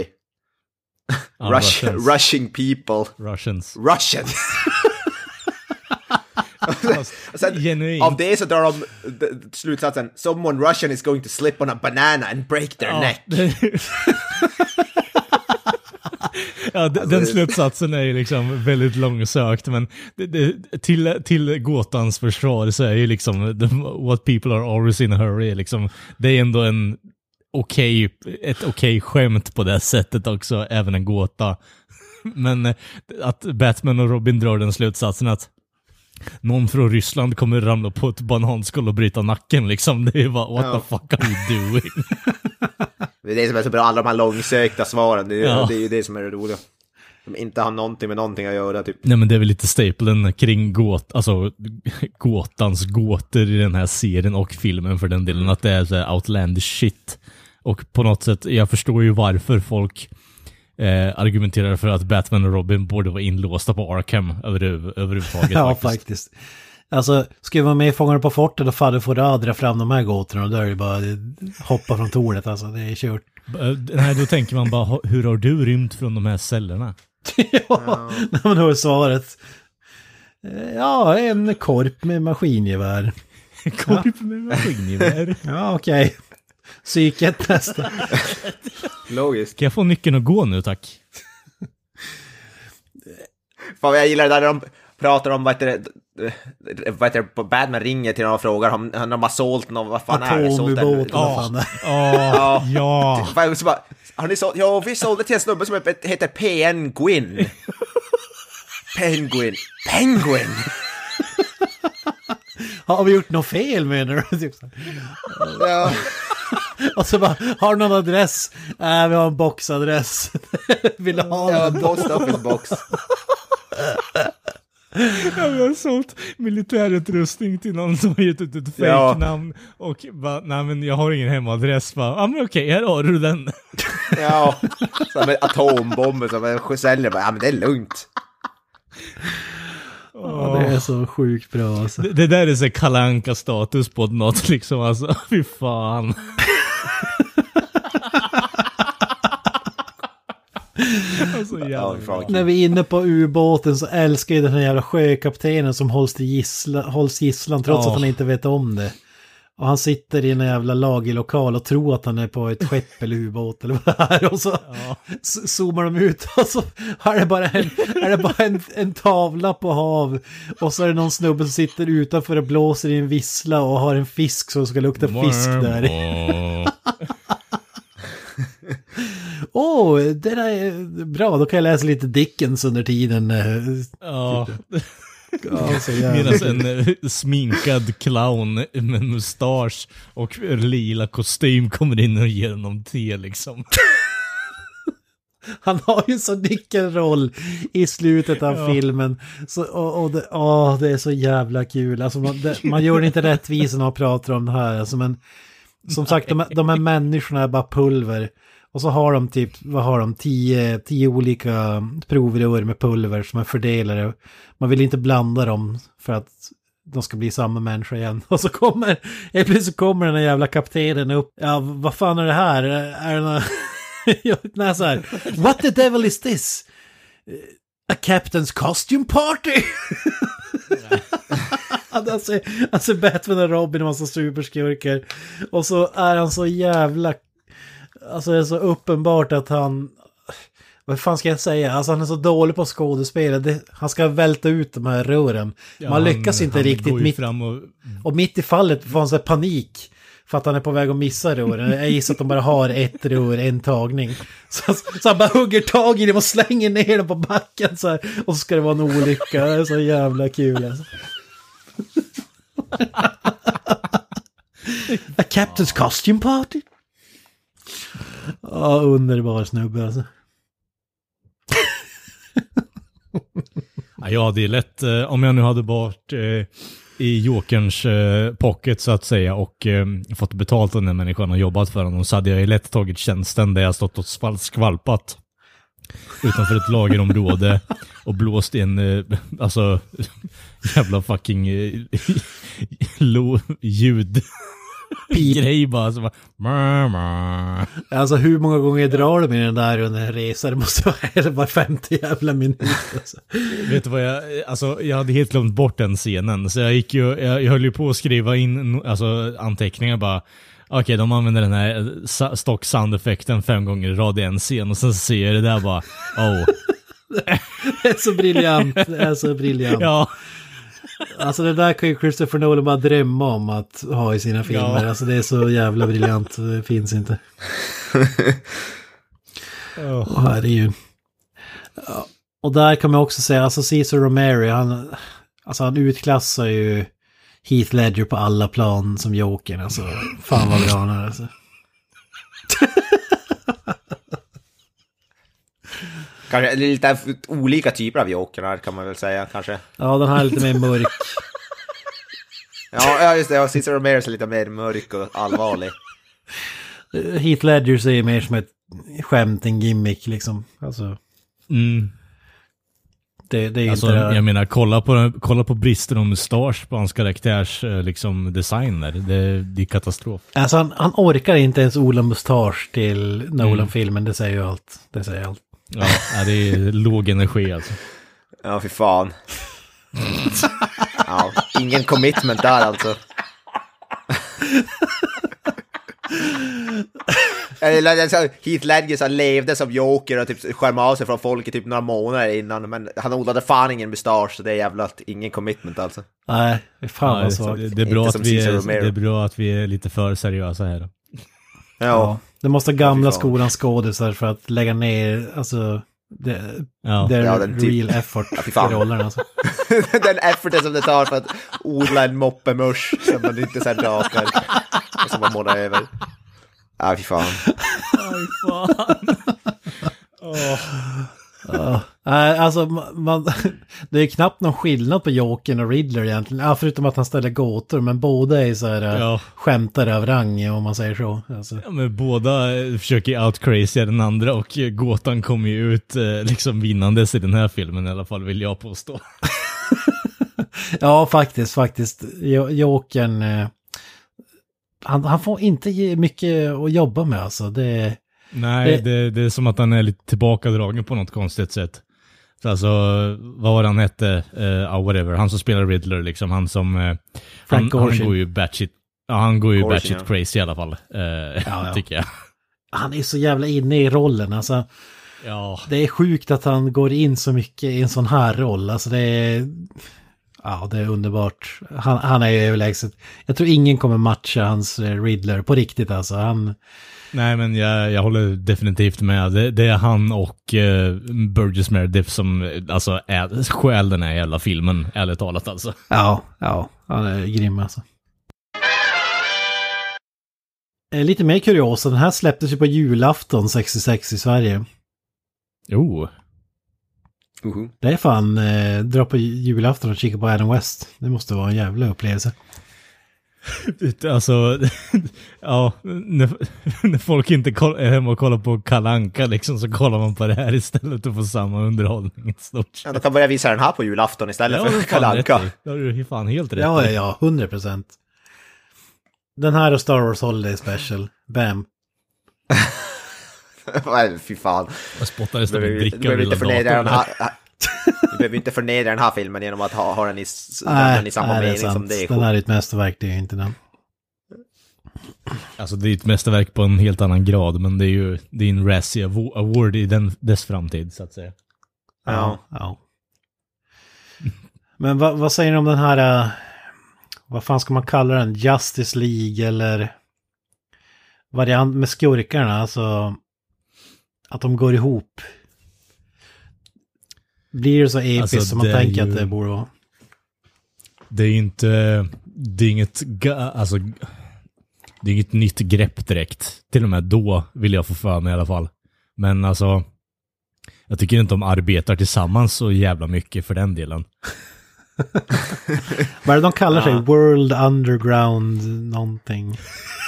B: Rushing people.
C: Russians.
B: Sen, av det så drar de slutsatsen someone Russian is going to slip on a banana and break their neck.
C: Ja, den slutsatsen är ju liksom väldigt långsökt, men till gåtans försvar så är ju liksom what people are always in a hurry liksom, det är ändå ett okej skämt på det sättet också, även en gåta. Men att Batman och Robin drar den slutsatsen att någon från Ryssland kommer ramla på ett bananskal och bryta nacken liksom, det är bara what the fuck are you doing?
B: Det är det som är så bra, alla de här långsökta svaren, det är ju det som är det roliga. De inte har någonting med någonting att göra typ.
C: Nej, men det är väl lite staplen kring gåtans gåtor i den här serien och filmen för den delen, att det är så outlandish shit. Och på något sätt, jag förstår ju varför folk argumenterar för att Batman och Robin borde vara inlåsta på Arkham överhuvudtaget.
D: Ja, faktiskt. Alltså, ska vi vara med i Fångarna på fortet och Fadde får dra fram de här gåtorna och då är det bara hoppa från tornet, alltså det är kört.
C: Nej, då tänker man bara, hur har du rymt från de här cellerna?
D: Ja, när man hör svaret. Ja, en korp med maskingevär.
C: Korp med maskingevär?
D: Ja, okej. Psyket nästa.
B: Logiskt.
C: Kan jag få nyckeln att gå nu, tack?
B: Fan, jag gillar det där de pratar om vad heter Batman ringer till någon och frågar om de har sålt någon, vad fan är det?
D: Atomubåt, vad fan är det?
B: Ja. Har ni sålt? Ja, vi sålde till en snubbe som heter Penguin. Penguin.
D: Har vi gjort något fel menar du?
B: Ja.
D: Och så bara, har du någon adress? Vi har en boxadress. Vill du ha
B: en post office box?
C: Ja, vi har sålt militärutrustning till någon som har gett ut ett fake-namn och bara, nej men jag har ingen hemadress. Ja men okej, här har du den.
B: Ja, som en atombomb som en säljer bara, ja men det är lugnt.
D: Ja, det är så sjukt bra alltså.
C: Det där är så Kalle Anka-status på något liksom, alltså, fy fan. Alltså,
D: när vi är inne på ubåten så älskar jag den här jävla sjökaptenen som hålls gisslan trots att han inte vet om det. Och han sitter i en jävla lagerlokal och tror att han är på ett skepp eller ubåt eller vad det är. Och så zoomar de ut och så är det bara en tavla på hav. Och så är det någon snubbe som sitter utanför och blåser i en vissla och har en fisk som ska lukta fisk där. Det där är bra. Då kan jag läsa lite Dickens under tiden.
C: Ja. Medan en sminkad clown med mustasch och lila kostym kommer in och ger honom te liksom.
D: Han har ju så dicken roll i slutet av filmen. Så, det är så jävla kul. Alltså man gör inte rättvisa när man pratar om det här. Alltså, men som sagt, de här människorna är bara pulver. Och så har de typ, 10 olika provrör med pulver som är fördelade. Man vill inte blanda dem för att de ska bli samma människa igen. Och så kommer den här jävla kaptenen upp. Ja, vad fan är det här? Är det någon... Nej, så här. What the devil is this? A captain's costume party? Alltså Batman och Robin och massa superskurkar. Och så är han så jävla... Alltså det är så uppenbart att han... vad fan ska jag säga? Alltså han är så dålig på skådespel. Han ska välta ut de här rören. Man lyckas inte riktigt mitt. Och mitt i fallet får han så här panik. För att han är på väg att missa rören. Jag gissar att de bara har ett rör, en tagning. Så han bara hugger tag i det och slänger ner dem på backen så här. Och så ska det vara en olycka. Det är så jävla kul alltså. A captain's costume party? Ja, underbar snubbe alltså.
C: Ja, det är lätt. Om jag nu hade varit i Jokerns pocket så att säga och fått betalt av den här människan och jobbat för honom, så hade jag ju lätt tagit tjänsten där jag stått och skvalpat utanför ett lagerområde och blåst in alltså jävla fucking ljud grej bara så bara.
D: Alltså hur många gånger drar du med den där under en resa? Det måste vara bara 50 jävla minuter alltså.
C: Vet du vad jag hade helt glömt bort den scenen, så jag höll ju på att skriva in alltså anteckningar bara. Okej, de använder den här stock sound-effekten 5 gånger i rad i en scen och sen ser jag det där bara,
D: Det är så briljant, det är så briljant.
C: Ja.
D: Alltså det där kan ju Christopher Nolan bara drömma om att ha i sina filmer. Ja. Alltså det är så jävla briljant, det finns inte. Och här är ju... Och där kan man också säga, alltså Cesar Romero, han utklassar ju Heath Ledger på alla plan som Jokern. Alltså, fan vad bra han är alltså.
B: Kanske lite olika typer av Joker här kan man väl säga kanske.
D: Ja, den här är lite mer mörk.
B: Ja, just det. Jag Cesar Romero är lite mer mörk och allvarlig.
D: Heath Ledger ser mer som ett skämt, en gimmick liksom. Alltså... Det är
C: alltså,
D: inte...
C: Jag menar, kolla på bristen om mustasch på hans karaktärs liksom designer. Det är katastrof.
D: Alltså han orkar inte ens odla mustasch till Nolan-filmen, det säger ju allt. Det säger allt.
C: Ja, det är låg energi alltså.
B: Ja, fy fan. Ja, ingen commitment där alltså. Heath Ledger så levde som Joker och typ skärmade av sig från folk i typ några månader innan, men han odlade fan ingen mustasch, så det är jävla ingen commitment alltså.
D: Nej, fan vad svagt.
C: Det är bra att vi är lite för seriösa här då.
D: Ja, det måste gamla skolans skådisar för att lägga ner alltså den real effort i rollen alltså.
B: Den efforten som det tar för att odla en moppemusch som man inte sen rakar och som man målar över. Ja, fy fan.
D: Alltså det är knappt någon skillnad på Jokern och Riddler egentligen. Ja, förutom att han ställer gåtor, men båda är så här skämtar av rang om man säger så. Alltså. Ja,
C: men båda försöker out-crazy den andra och gåtan kommer ju ut liksom vinnandes i den här filmen i alla fall, vill jag påstå.
D: Ja, faktiskt. Jokern han får inte mycket att jobba med alltså.
C: Nej, det är som att han är lite tillbakadragen på något konstigt sätt. Så alltså, vad var han hette? Whatever. Han som spelar Riddler liksom. Han som... han går ju batshit. Ja, han går ju batshit crazy i alla fall. Tycker jag.
D: Han är så jävla inne i rollen. Alltså, det är sjukt att han går in så mycket i en sån här roll. Alltså det är... Ja, det är underbart. Han är ju överlägset. Jag tror ingen kommer matcha hans Riddler på riktigt alltså.
C: Nej, men jag håller definitivt med. Det är han och Burgess Meredith som alltså stjäl den här jävla filmen, ärligt talat alltså.
D: Ja, han är grym alltså. Lite mer kuriosa, den här släpptes ju på julafton 66 i Sverige. Det är fan, dra på julafton och kika på Adam West. Det måste vara en jävla upplevelse.
C: Alltså, ja, när folk inte är hemma och kollar på Kalle Anka liksom, så kollar man på det här istället och får samma underhållning.
B: Ja, då kan börja visa den här på julafton istället för Kalle Anka.
C: Det har du fan helt rätt.
D: Ja, 100%. Den här och Star Wars Holiday Special. Bam.
B: Fy fan.
C: Jag spottade som en dricka.
B: Du behöver inte förnedra den här filmen genom att ha den i samma mening som det är.
D: Den här är ett mästerverk, det är inte den.
C: Alltså det är ett mästerverk på en helt annan grad, men det är en Razzie Award i dess framtid, så att säga.
D: Ja. Men vad säger ni om den här, vad fan ska man kalla den? Justice League eller variant med skurkarna, alltså att de går ihop. Blir det så episkt alltså, som man tänker att det borde vara?
C: Det är inget nytt grepp direkt. Till och med då vill jag få för mig i alla fall. Men alltså, jag tycker inte de arbetar tillsammans så jävla mycket för den delen.
D: Vad är det de kallar sig? World Underground någonting.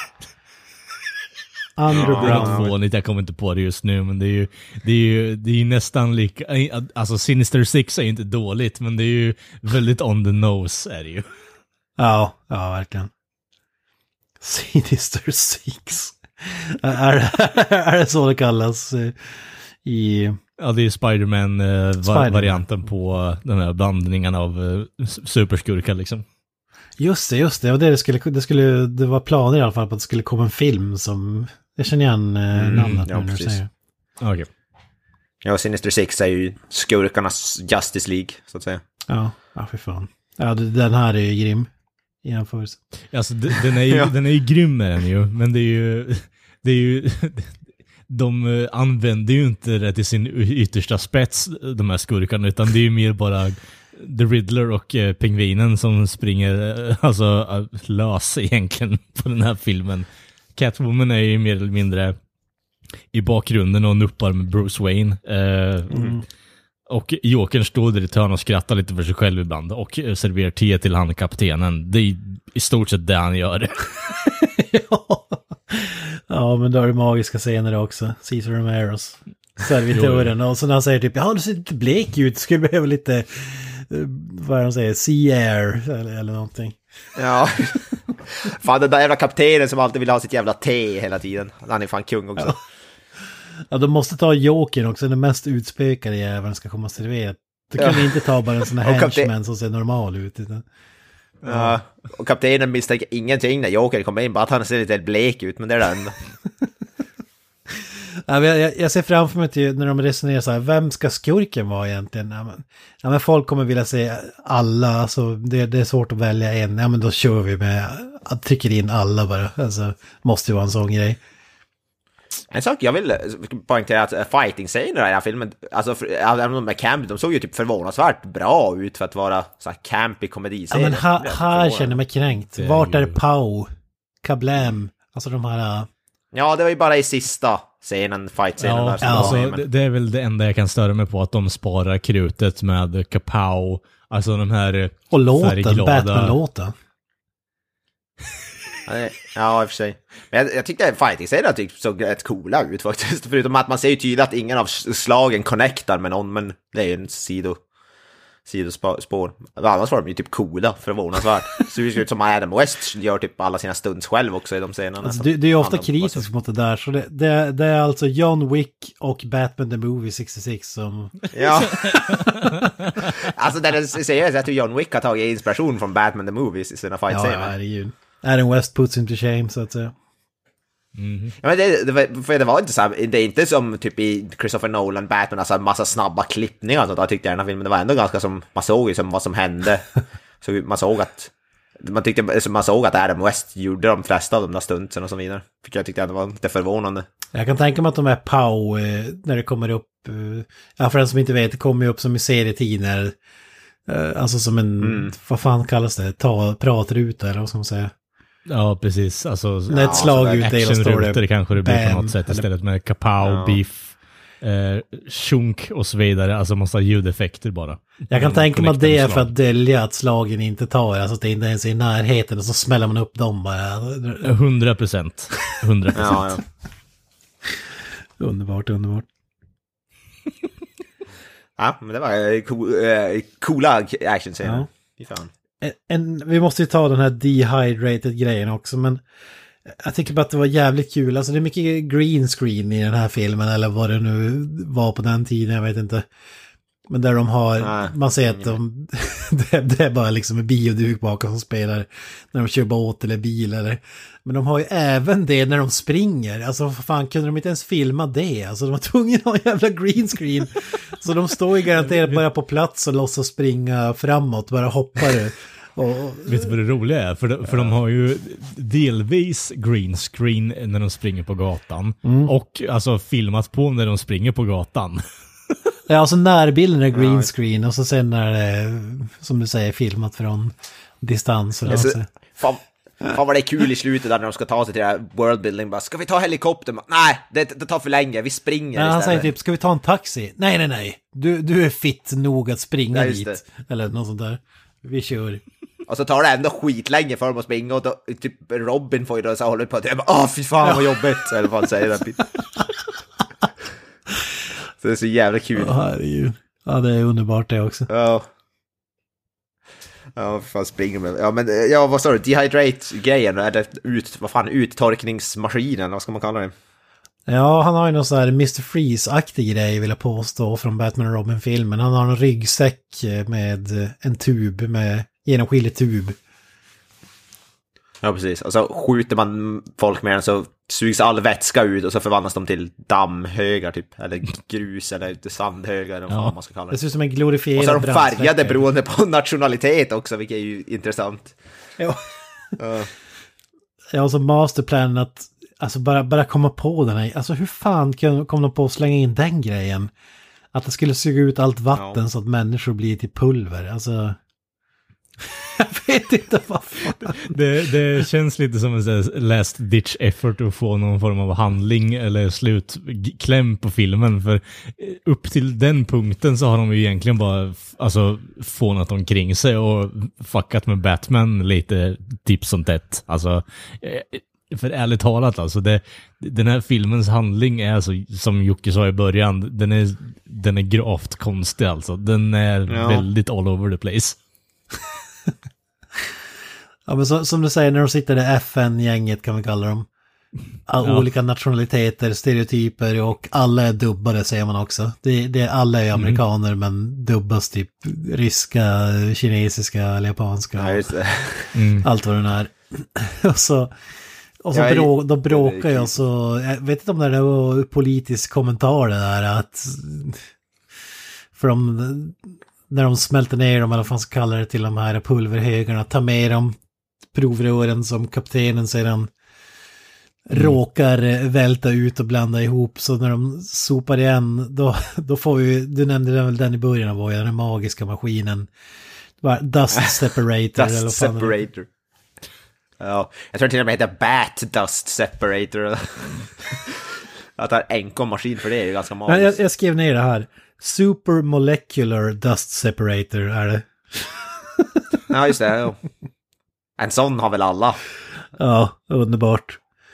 C: Underground. Jag kommer inte på det just nu, men det är ju nästan lika, alltså Sinister Six är ju inte dåligt, men det är ju väldigt on the nose är det ju.
D: Ja, verkligen. Sinister Six. Är det så det kallas i...
C: Ja, det är Spider-Man-varianten på den här blandningen av superskurkar liksom.
D: Just det. Och det var planer i alla fall på att det skulle komma en film som... Jag känner igen namnet.
B: Ja, precis.
C: Okay.
B: Ja, Sinister Six är ju skurkarnas Justice League, så att säga.
D: Ja, för fan. Ja, den här är ju grym i jämförelse.
C: Alltså, den är ju grym med den ju, men det är ju de använder ju inte det till sin yttersta spets, de här skurkarna, utan det är ju mer bara The Riddler och pingvinen som springer alltså lös egentligen på den här filmen. Catwoman är ju mer eller mindre i bakgrunden och nuppar med Bruce Wayne. Och Jokern står där i törn och skrattar lite för sig själv ibland och serverar te till han kaptenen. Det är i stort sett det han gör.
D: Ja, men då är det magiska scener också. Cesar Romeros servitören. Och så när han säger typ, ja, du ser lite blek ut. Skulle behöva lite, vad de säger, sea air eller någonting.
B: Ja. Fan, den där jävla kaptenen som alltid vill ha sitt jävla te hela tiden. Han är fan kung också.
D: Ja, de måste ta Jokern också. Den mest utspökade jäveln ska komma serverat. Du kan inte ta bara en sån här henchman som ser normal ut. Utan...
B: Ja, och kaptenen misstänker ingenting när Jokern kommer in. Bara att han ser lite blek ut, men det är den.
D: Jag ser framför mig till när de resonerar så här, vem ska skurken vara egentligen? Ja, men folk kommer vilja se alla, alltså det är svårt att välja en. Ja, men då kör vi med att trycka in alla bara. Alltså, måste ju vara en sån grej.
B: En sak jag vill poängtera att fighting-scener i den här filmen, alltså med camp, de såg ju typ förvånansvärt bra ut för att vara så här campy komediserier.
D: Ja, men här känner jag mig kränkt. Vart är Pow? Kablam? Alltså de här...
B: Ja, det var ju bara i sista scenen, fight-scenen.
C: Ja,
B: där,
C: alltså, det är väl det enda jag kan störa mig på, att de sparar krutet med Kapow, alltså de här
D: och låten, Batman-låten.
B: Ja, i och för sig. Men jag tyckte fighting-serien såg rätt coola ut faktiskt. Förutom att man ser ju tydligt att ingen av slagen connectar med någon, men det är ju en sidospår. Annars var de ju typ coola, förvånansvärt. Så det ser ut som Adam West gör typ alla sina stunts själv också i de scenerna.
D: Alltså, det är ju ofta kritiskt mot det där. Så det är alltså John Wick och Batman the Movie 66 som...
B: Ja. Alltså det säger att John Wick har tagit inspiration från Batman the Movie i sina fight-scener.
D: Ja, det är ju... Adam West puts him to shame, så att säga.
B: Mm-hmm. Ja, men det var inte så här, det är inte som typ i Christopher Nolan Batman, alltså en massa snabba klippningar och sånt. Jag tyckte jag den här filmen, det var ändå ganska som man såg ju som vad som hände. Så man såg att Adam West gjorde de flesta av de där stuntsen och så vidare. För jag tyckte att det var lite förvånande.
D: Jag kan tänka mig att de är Pow när det kommer upp, ja, för den som inte vet, det kommer ju upp som i serietidningar, alltså som en, vad fan kallas det, pratruta eller vad ska man säga.
C: Ja, precis. Alltså,
D: när ett slag utdelas står det
C: kanske det blir på något sätt istället med kapow, beef, chunk och så vidare. Alltså massa ljudeffekter bara.
D: Jag kan tänka mig att det är för att dölja att slagen inte tar, alltså att det inte ens är i närheten och så smäller man upp dem bara.
C: 100%. 100%.
B: Ja.
D: Underbart.
B: Ja, men det var coola actionscener. Ja.
D: Vi måste ju ta den här dehydrated-grejen också, men jag tycker bara att det var jävligt kul. Alltså det är mycket green screen i den här filmen, eller vad det nu var på den tiden, jag vet inte. Men där de har, man ser att det är bara liksom en bioduk bakom som spelar när de kör båt eller bil eller. Men de har ju även det när de springer. Alltså vad fan, kunde de inte ens filma det? Alltså de var tvungna att ha en jävla green screen. Så de står ju garanterat bara på plats och låtsas springa framåt, bara hoppar.
C: Vet du vad det roliga är? För de har ju delvis green screen när de springer på gatan. Och alltså filmat på när de springer på gatan.
D: Ja, alltså närbilden är green screen och så sen är det, som du säger, filmat från distans.
B: Fan vad det är kul i slutet där när de ska ta sig till det här worldbuilding. Bara, ska vi ta helikoptern? Nej, det tar för länge, vi springer istället.
D: Han säger typ, ska vi ta en taxi? Nej. Du är fit nog att springa dit. Eller något sånt där. Vi kör.
B: Och så tar det ändå skitlänge för dem att springa och då, typ Robin får ju då så håller på att jag bara, fy fan vad jobbigt. Eller vad han säger. Så det är så jävla kul.
D: Ja, det är underbart det också.
B: Ja, fan springer med. Ja, men vad sa du? Dehydrate-grejen, eller uttorkningsmaskinen, vad ska man kalla det?
D: Ja, han har ju någon sån här Mr. Freeze-aktig grej, vill jag påstå, från Batman och Robin-filmen. Han har en ryggsäck med en tub, med genomskinlig tub.
B: Ja, precis. Och så skjuter man folk med den så sugs all vätska ut och så förvandlas de till dammhögar typ, eller grus eller sandhögar eller vad man ska kalla det.
D: Det ser ut som en glorifierad.
B: Och så är de färgade beroende på nationalitet också, vilket är ju intressant.
D: Ja. Ja, och så masterplanen att alltså bara komma på den här. Alltså hur fan kom de på att slänga in den grejen? Att det skulle suga ut allt vatten så att människor blir till pulver. Alltså jag vet inte vad fan.
C: Det känns lite som en last ditch effort att få någon form av handling eller slutkläm på filmen. För upp till den punkten så har de ju egentligen bara fånat omkring sig och fuckat med Batman lite typ som tätt. Alltså, för ärligt talat alltså, den här filmens handling är alltså, som Jocke sa i början, den är gravt konstig alltså. Den är väldigt all over the place.
D: Ja, men som du säger, när de sitter i FN-gänget kan vi kalla dem. Olika nationaliteter, stereotyper och alla är dubbade säger man också. Alla är amerikaner men dubbas typ ryska, kinesiska eller japanska.
B: Ja, just det.
D: Allt vad den är. och så de bråkar ju och så, jag vet inte om det var politisk kommentar det där att för när de smälter ner dem, eller vad fan ska kalla det, till de här pulverhögarna, ta med dem provrören som kaptenen sedan råkar välta ut och blanda ihop, så när de sopar igen då får vi, du nämnde väl den i början var den magiska maskinen, dust separator.
B: Dust
D: eller
B: separator. Ja, jag tror till och med heter Bat Dust Separator. Att det är enkom maskin för det är ju ganska magiskt.
D: Jag skrev ner det här. Super Molecular Dust Separator är det.
B: Ja, just det. Ja. En sån har väl alla.
D: Ja, underbart.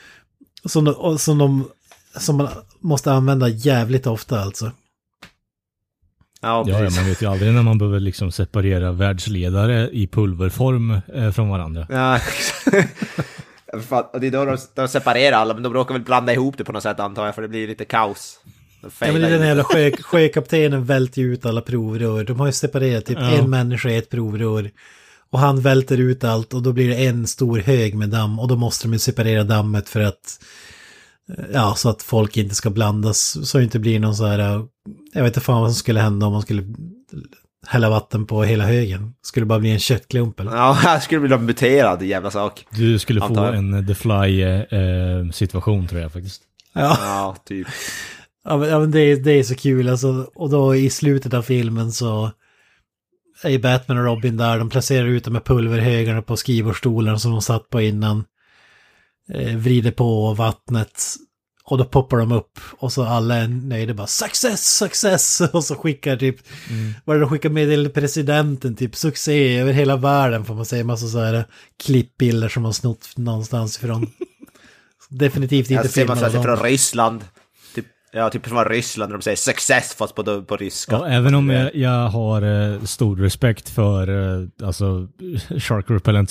D: Som man måste använda jävligt ofta alltså.
B: Ja, precis.
C: Man vet ju aldrig när man behöver liksom separera världsledare i pulverform från varandra. Ja,
B: det är då de separerar alla, men de råkar väl blanda ihop det på något sätt antar jag, för det blir lite kaos.
D: Ja, men den jävla sjökaptenen välter ut alla provrör. De har ju separerat typ en människa i ett provrör. Och han välter ut allt och då blir det en stor hög med damm. Och då måste de ju separera dammet för att så att folk inte ska blandas. Så det inte blir någon så här, jag vet inte fan vad som skulle hända om man skulle hälla vatten på hela högen. Skulle bara bli en köttklump eller?
B: Ja, det skulle bli en muterad jävla sak.
C: Du skulle få en The Fly situation tror jag faktiskt.
B: Ja typ.
D: Ja, men det är så kul alltså. Och då i slutet av filmen så är Batman och Robin där. De placerar ut de här pulverhögarna på skrivbordsstolen som de satt på innan. Vrider på vattnet. Och då poppar de upp. Och så alla är nöjda bara success! Och så skickar typ de skickar med presidenten typ succé över hela världen får man säga. Massa så här klippbilder som har snott någonstans ifrån. Definitivt inte
B: filmen. Jag ser från Ryssland. Typ från Ryssland när de säger success fast på ryska.
C: Ja, även om jag har stor respekt för alltså Shark Repellent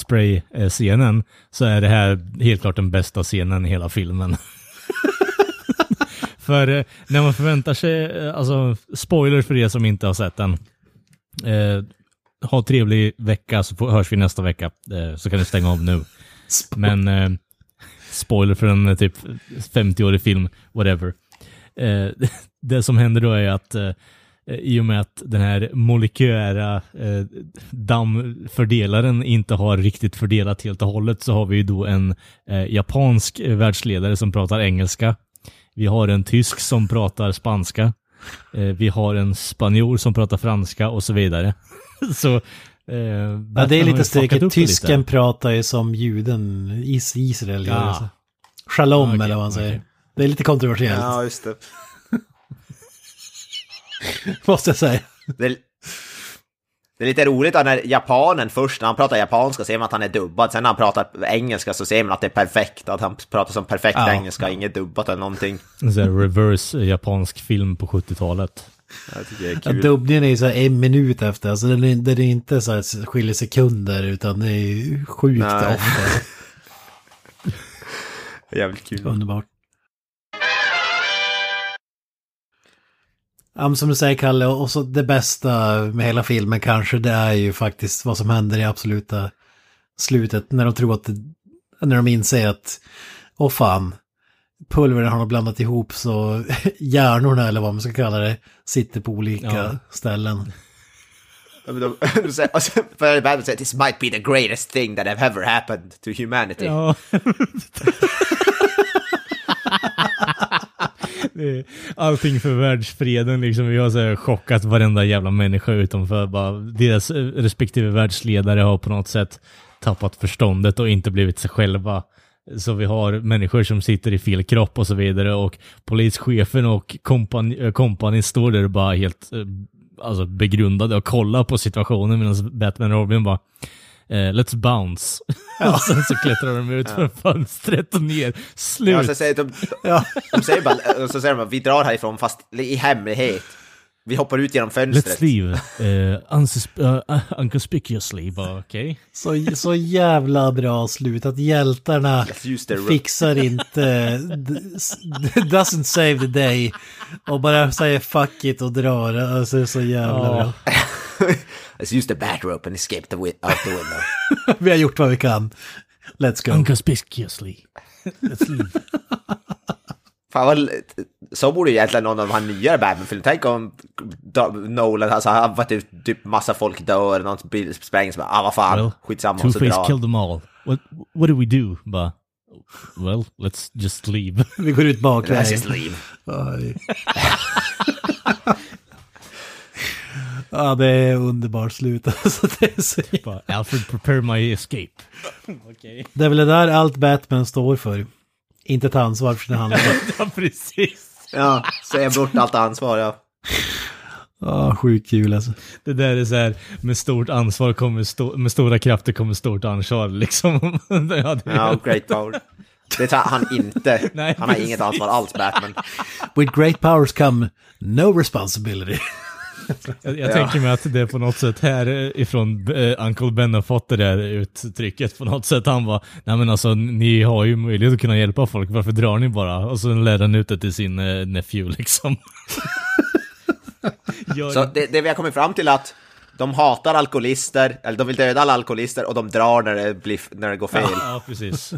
C: Spray-scenen så är det här helt klart den bästa scenen i hela filmen. För när man förväntar sig, alltså spoiler för er som inte har sett den. Ha trevlig vecka så hörs vi nästa vecka. Så kan ni stänga av nu. Men spoiler för en typ 50-årig film, whatever. Det som händer då är att i och med att den här molekylära dammfördelaren inte har riktigt fördelat helt och hållet, så har vi ju då en japansk världsledare som pratar engelska. Vi har en tysk som pratar spanska. Vi har en spanjor som pratar franska och så vidare. Så
D: ja, det är lite stökigt. Tysken lite. Pratar ju som juden Israel. Ja. Shalom okay, eller vad man säger. Okay. Det är lite kontroversiellt.
B: Ja, just det.
D: Måste jag säga.
B: Det är lite roligt att när japanen först, när han pratar japanska, ser man att han är dubbad. Sen när han pratar engelska så ser man att det är perfekt. Att han pratar som perfekt engelska, inget dubbat eller någonting.
C: En reverse japansk film på 70-talet.
B: Jag tycker det är kul.
D: Dubbningen är ju så här 1 minut efter. Alltså det är inte så här skiljer sekunder, utan det är sjukt ofta.
B: Jävligt kul.
D: Underbart. Som du säger, Kalle, och så det bästa med hela filmen kanske, det är ju faktiskt vad som händer i absoluta slutet, när de tror att när de inser att fan, pulveren har blandat ihop så hjärnorna, eller vad man ska kalla det, sitter på olika ställen.
B: This might be the greatest thing that have ever happened to humanity.
C: Ja. Allting för världsfreden liksom. Vi har så här chockat varenda jävla människa utanför. Bara deras respektive världsledare har på något sätt tappat förståndet och inte blivit sig själva. Så vi har människor som sitter i fel kropp och så vidare, och polischefen och kompani står där och bara helt alltså begrundade och kollar på situationen, medan Batman och Robin bara let's bounce. Och sen så klättrar de ut från fönstret och ner. Slut.
B: Ja, så säger de säger bara, så säger de, vi drar härifrån fast i hemlighet. Vi hoppar ut genom fönstret.
C: Let's leave. Unconspicuously, bara okej.
D: Så jävla bra slut att hjältarna fixar inte doesn't save the day och bara säger fuck it och drar. Alltså så jävla bra.
B: Let's use the bat rope and escape out the window.
D: Vi har gjort vad vi kan. Let's go.
C: Unconspicuously. Let's leave.
B: Fan, så borde ju egentligen någon av de här nyare Batman-filmen. Tänk om Nolan, alltså, han var typ massa folk dör, någon bil sprängs, bara, vad fan, skitsamma.
C: Two-Face killed them all. What do we do? Bara, well, let's just leave.
D: Vi går ut bakvägen.
B: Let's just leave.
D: Ja, det är underbart slut. Alltså, det är så...
C: Alfred, prepare my escape. Okay.
D: Det är väl det där allt Batman står för. Inte ta ansvar för sin handling.
C: Ja, precis.
B: Ja, säga bort allt ansvar, ja.
D: Ja, sjukt kul alltså.
C: Det där är så här, med stort ansvar kommer med stora krafter kommer stort ansvar, liksom.
B: Ja, great power. Det tar han inte. Nej, han har inget ansvar alls, Batman.
D: With great powers come no responsibility.
C: Jag tänker mig att det är på något sätt här ifrån Uncle Ben har fått det där uttrycket på något sätt. Han var, nej men alltså, ni har ju möjlighet att kunna hjälpa folk, varför drar ni bara? Och så lär han ut det till sin nephew liksom.
B: Så det vi har kommit fram till att de hatar alkoholister, eller de vill döda alla alkoholister, och de drar när det går fel.
C: Ja, precis.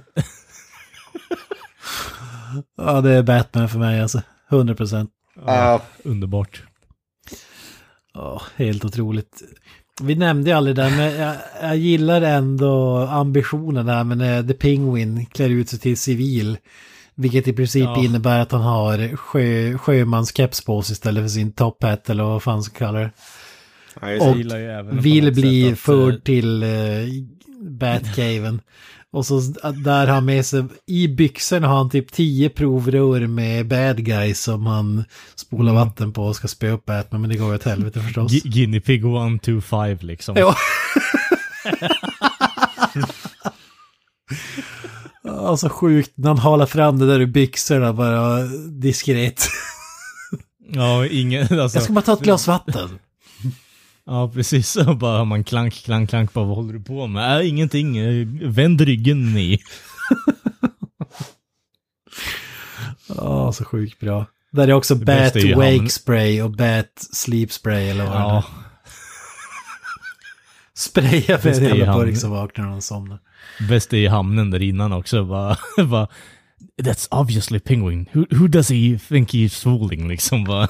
D: Ja, det är Batman för mig alltså. 100%.
C: Ja, underbart.
D: Ja, helt otroligt. Vi nämnde ju aldrig det, men jag gillar ändå ambitionen där, men The Penguin klär ut sig till civil, vilket i princip innebär att han har sjömanskeps på sig istället för sin top hat, eller vad fan ska kalla det.
B: Ja,
D: och vill bli förd till Batcaven. Och så där han med sig, i byxorna har han typ 10 provrör med bad guys som han spolar vatten på och ska spö upp Batman, men det går åt helvete förstås.
C: Guinea Pig 1, 2, 5 liksom.
D: Ja. Alltså sjukt, när han halar fram det där i byxorna bara diskret.
C: Ja, ingen, alltså.
D: Jag ska bara ta ett glas vatten.
C: Ja, precis. Och bara har man klank, bara vad håller du på med? Ingenting, vänd ryggen i.
D: Ja, så sjukt bra. Där är också Bat Wake
C: hamn.
D: Spray och Bat Sleep Spray eller vad det är.
C: Ja,
D: Spraya för
C: Bäst
D: en
C: i
D: jävla
C: hamn.
D: burk som vaknar när de somnar.
C: bäst är i hamnen där innan också. Bara, that's obviously penguin. Who does he think he's fooling liksom? Bara.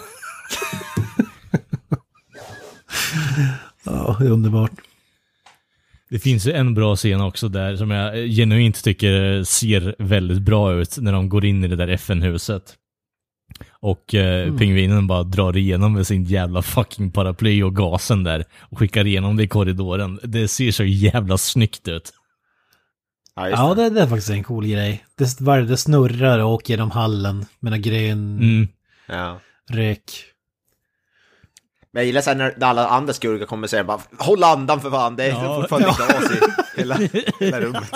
D: Ja, underbart.
C: Det finns ju en bra scen också där som jag genuint tycker ser väldigt bra ut när de går in i det där FN-huset. Och pingvinen bara drar igenom med sin jävla fucking paraply och gasen där och skickar igenom det i korridoren. Det ser så jävla snyggt ut.
D: Ja, det är faktiskt en cool grej. Det snurrar och åker genom hallen med en grön rök.
B: Men jag gillar sen när alla andra skurkar kommer och säger bara håll andan för fan, det är fortfarande gas i hela rummet.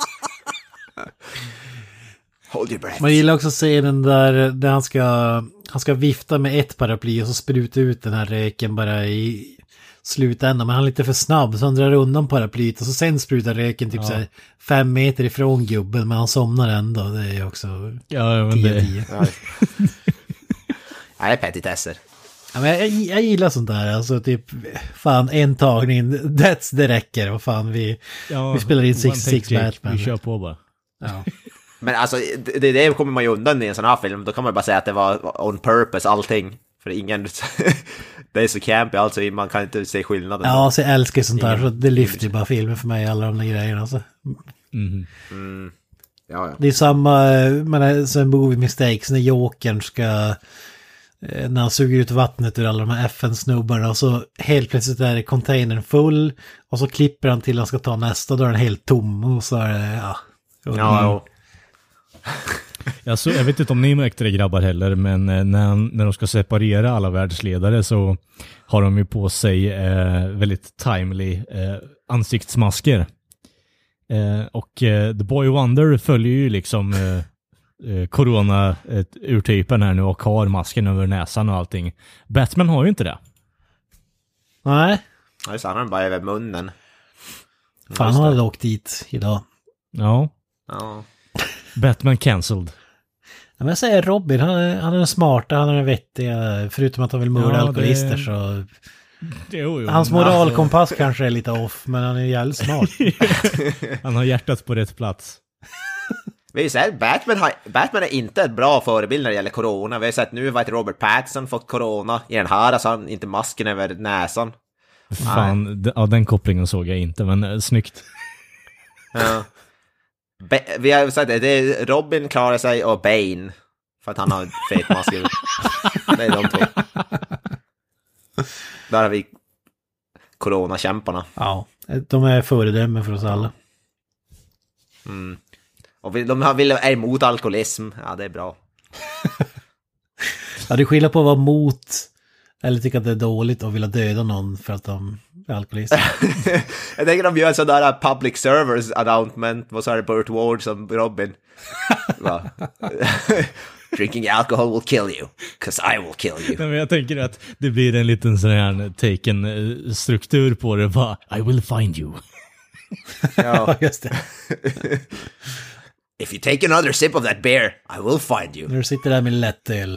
B: Hold your breath.
D: Man gillar också scenen där han ska vifta med ett paraply och så spruta ut den här röken bara i slutändan. Men han är lite för snabb så han drar undan paraplyt och så sen sprutar röken typ så här 5 meter ifrån gubben, men han somnar ändå. Det är också 10-10.
B: Ja, det är petitesser.
D: Ja, men jag gillar sånt där, alltså typ fan en tagning, det räcker, vad fan vi spelar in 66 Batman.
C: Vi kör på bara.
D: Ja.
B: Men alltså, det kommer man ju undan i en sån här film. Då kan man bara säga att det var on purpose, allting. För ingen... det är så campy, alltså man kan inte se skillnaden.
D: Ja, så jag älskar sånt där, så det lyfter ju bara filmen för mig, alla de där grejerna. Alltså.
B: Ja.
D: Det är samma, som Movie Mistakes, när Jokern ska... När han suger ut vattnet ur alla de här FN-snubbarna och så helt plötsligt är containern full och så klipper han till att han ska ta nästa, då är den helt tom och så är det,
C: Alltså, jag vet inte om ni märkte det grabbar heller, men när de ska separera alla världsledare så har de ju på sig väldigt timely ansiktsmasker. Och The Boy Wonder följer ju liksom corona-urtypen här nu och har masken över näsan och allting. Batman har ju inte det.
D: Nej.
B: Ja, så han har den bara över munnen.
D: Fan, han hade åkt dit idag.
C: Ja. Batman cancelled.
D: Ja, men jag säger Robin, han är den smarta, han är den vettiga, förutom att han vill mörda alkoholister så...
C: Jo,
D: hans moralkompass kanske är lite off, men han är jävligt smart.
C: Han har hjärtat på rätt plats.
B: Vi har sett, Batman är inte ett bra förebild när det gäller corona. Vi har sett nu att Robert Pattinson fått corona i den här, alltså han inte masken över näsan.
C: Fan, den kopplingen såg jag inte, men snyggt.
B: Ja. Vi har sett det är Robin klarar sig och Bane för att han har fet mask. Det är de två. Där har vi coronakämparna.
D: Ja, de är föredömen för oss alla.
B: Och de är emot alkoholism. Ja, det är bra.
D: Ja, det är skillnad på att vara mot eller tycka att det är dåligt och vilja döda någon för att de är alkoholister.
B: Jag tänker de gör en sån där public service announcement. Vad sa det, Burt Ward som Robin? Drinking alcohol will kill you, 'cause I will kill you.
C: Nej, men jag tänker att det blir en liten sån här Taken-struktur på det. Bara, I will find you.
B: Ja,
D: just det.
B: If you take another sip of that beer, I will find you.
D: När du sitter där med lättöl.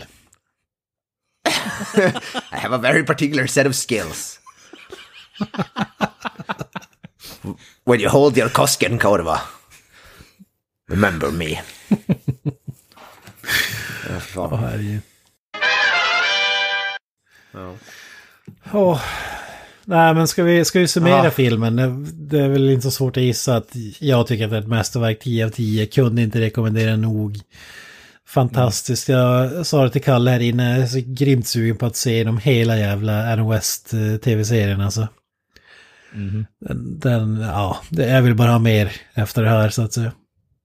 B: I have a very particular set of skills. When you hold your Kosken, Korva, remember me.
D: Herregud. Nej, men ska vi summera filmen? Det är väl inte så svårt att gissa att jag tycker att det är ett mästerverk 10 av 10. Kunde inte rekommendera nog. Fantastiskt. Jag sa det till Kalle här inne. Jag är så grymt sugen på att se de hela jävla Adam West tv-serien alltså. Jag vill bara ha mer efter det här så att säga.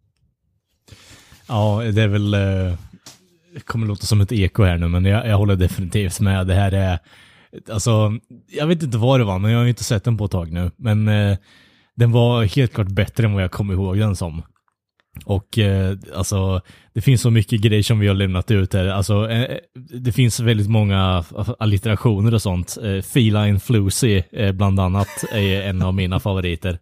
C: Ja, det är väl... Det kommer låta som ett eko här nu, men jag håller definitivt med. Det här är... Alltså, jag vet inte vad det var, men jag har inte sett den på ett tag nu. Men den var helt klart bättre än vad jag kommer ihåg den som. Och alltså, det finns så mycket grejer som vi har lämnat ut här. Alltså, det finns väldigt många allitterationer och sånt. Feline Flusy bland annat är en av mina favoriter.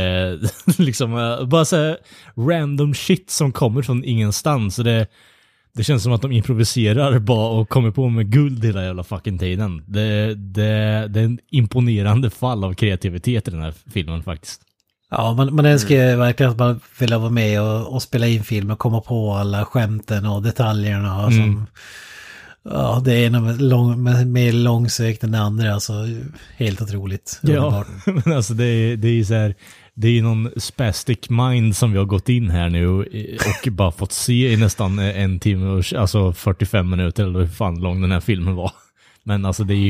C: Liksom bara så här random shit som kommer från ingenstans. Det känns som att de improviserar bara och kommer på med guld hela jävla fucking tiden. Det är en imponerande fall av kreativitet i den här filmen faktiskt.
D: Ja, man önskar ju verkligen att man vill vara med och spela in film och komma på alla skämten och detaljerna och som... Ja, det är mer långsökt än det andra, alltså helt otroligt.
C: Ja, men alltså det är så här, det är någon spastic mind som vi har gått in här nu och bara fått se i nästan 1 timme och alltså 45 minuter eller hur fan lång den här filmen var. Men alltså det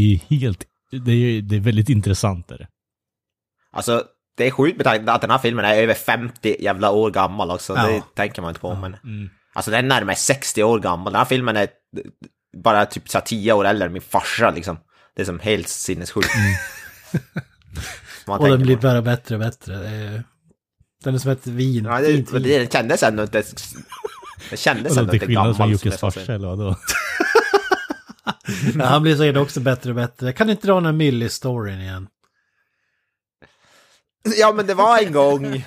C: är väldigt intressant där.
B: Alltså det är sjukt med tanke att den här filmen är över 50 jävla år gammal också.
D: Ja.
B: Det tänker man inte på, men alltså den är närmare 60 år gammal. Den här filmen är bara typ så 10 år äldre än min farsa liksom. Det är som helt sinnessjukt.
D: Och den blir bara bättre och bättre. Den är som ett vin.
B: Ja, det kändes ändå inte... Det kändes ändå inte gammalt.
C: Som Jockes farsa eller vadå?
D: Ja, han blir säkert också bättre och bättre. Kan inte dra den här Millie-storyn igen?
B: Ja, men det var en gång.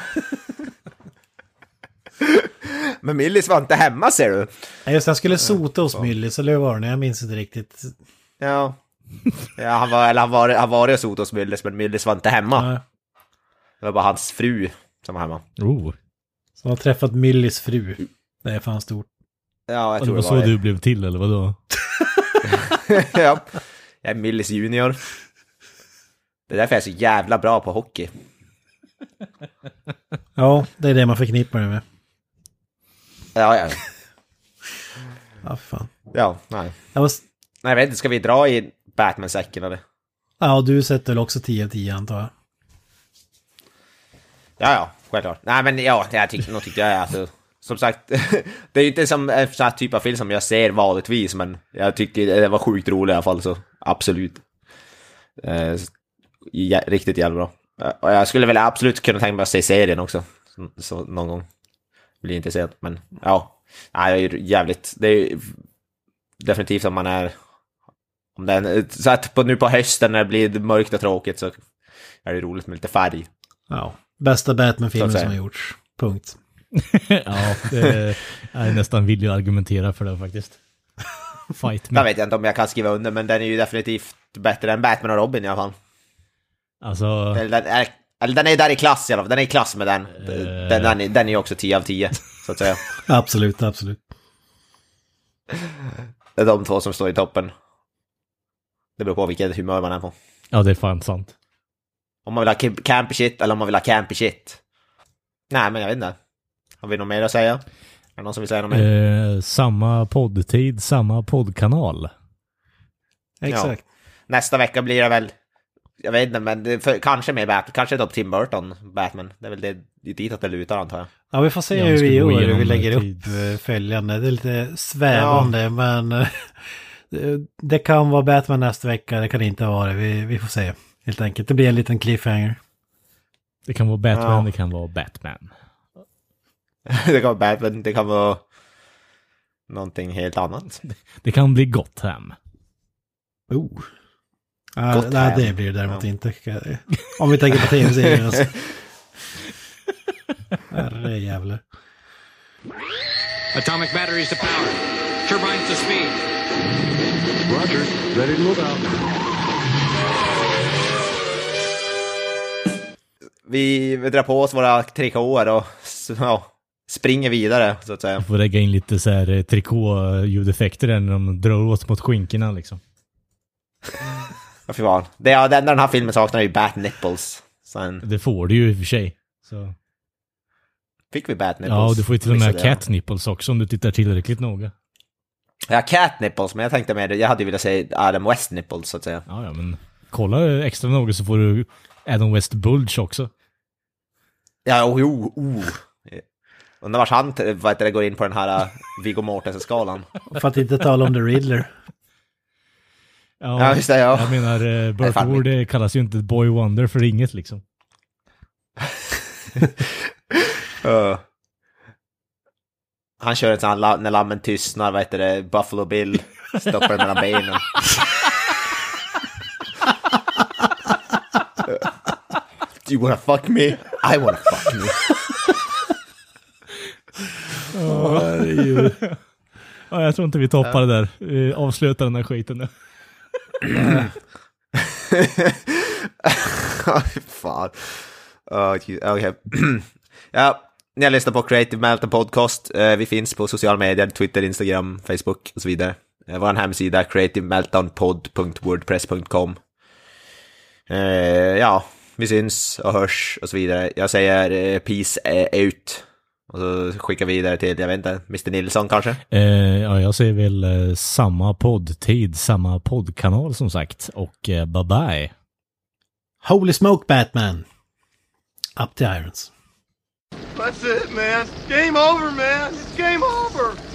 B: Men Millis var inte hemma, ser du.
D: Ja, just det, han skulle sota hos Millie, så var det. Jag minns inte riktigt.
B: Ja, han var och sota hos Millis, men Millis var inte hemma.
D: Ja.
B: Det var bara hans fru som var hemma.
D: Så han har träffat Millis fru. Det är fan stort.
B: Ja, jag tror
C: det var så du blev till, eller vadå?
B: Ja, jag är Millis junior. Det är därför jag är så jävla bra på hockey.
D: Ja, det är det man förknippar det med.
B: Ja.
D: Ja, fan.
B: Ja, nej. Nej, jag vet inte, ska vi dra i Batman-säcken eller?
D: Ja, du sätter väl också 10 av 10 antar jag.
B: Ja, självklart. Nej, men ja, jag tyckte jag alltså, som sagt, det är ju inte som en sån här typ av film som jag ser vanligtvis, men jag tyckte det var sjukt roligt i alla fall, så absolut. Riktigt jävla bra. Och jag skulle väl absolut kunna tänka mig att se serien också. Så någon gång blir intresserad. Men ja, nej, det är jävligt. Det är definitivt om man är... Om den, så att nu på hösten när det blir mörkt och tråkigt så är det roligt med lite färg.
D: Ja, bästa Batman-filmen som har gjorts. Punkt.
C: Ja, jag är nästan villig att argumentera för det faktiskt. Fight me.
B: Jag vet inte om jag kan skriva under, men den är ju definitivt bättre än Batman och Robin i alla fall.
C: Alltså...
B: Den är där i klass i alla fall. Den är i klass med den. Den är ju också 10 av 10, så att säga.
D: Absolut.
B: Det är de två som står i toppen. Det beror på vilket humör man är på.
C: Ja, det är fan sant.
B: Om man vill ha campy shit eller om man vill ha campy shit. Nej, men jag vet inte. Har vi något mer att säga? Är det någon som vill säga något mer?
C: Samma poddtid, samma poddkanal.
D: Exakt.
B: Ja. Nästa vecka blir det väl... Jag vet inte, men kanske mer Batman. Kanske då Tim Burton Batman. Det är väl det dit att det lutar, antar jag.
D: Ja, vi får se hur vi lägger upp följande. Det är lite svävande, men det kan vara Batman nästa vecka. Det kan inte vara det. Vi får se, helt enkelt. Det blir en liten cliffhanger.
C: Det kan vara Batman, det kan vara Batman.
B: Det kan vara Batman, det kan vara någonting helt annat.
C: Det kan bli Gotham.
D: Nej, det blir det däremot inte. Om vi tänker på tv-serien. Alltså. Herre jävlar.
I: Atomic batteries to power. Turbines to speed.
G: Roger. Ready to move out.
B: Vi drar på oss våra trikåer och springer vidare, så att säga.
C: Jag får lägga in lite så här trikå-ljudeffekter när de drar åt mot skinkorna liksom.
B: Ja, fy fan. Den här filmen saknar ju bat nipples. Sen...
C: Det får du ju i och för sig. Så.
B: Fick vi bat nipples?
C: Ja, du får ju till och med cat nipples också om du tittar tillräckligt noga.
B: Ja, cat nipples, men jag tänkte med det. Jag hade ju velat säga Adam West nipples, så att säga.
C: Ja, men kolla extra noga så får du Adam West bulge också.
B: Ja, undrar vars han går in på den här Viggo Mortensen-skalan.
D: För att inte tala om The Riddler.
C: Ja, just det, ja. Jag menar, Burt Ward kallas ju inte Boy Wonder för inget liksom.
B: Han kör en sån när lammen tystnar, vad heter det, Buffalo Bill stoppar mellan benen. Do you wanna fuck me? I wanna fuck me.
C: Ja, jag tror inte vi toppar det där. Vi avslutar den här skiten nu.
B: Fan. Okay. Ja, ni har lyssnat på Creative Meltdown Podcast. Vi finns på sociala medier, Twitter, Instagram, Facebook och så vidare. Vår hemsida creativemeltdownpod.wordpress.com. Ja, vi syns och hörs och så vidare. Jag säger peace out. Och så skickar vi vidare till, jag vet inte, Mr. Nilsson kanske?
C: Ja, jag säger väl samma poddtid, samma poddkanal som sagt. Och bye bye.
D: Holy smoke, Batman. Up the irons.
H: That's it, man. Game over, man. It's game over.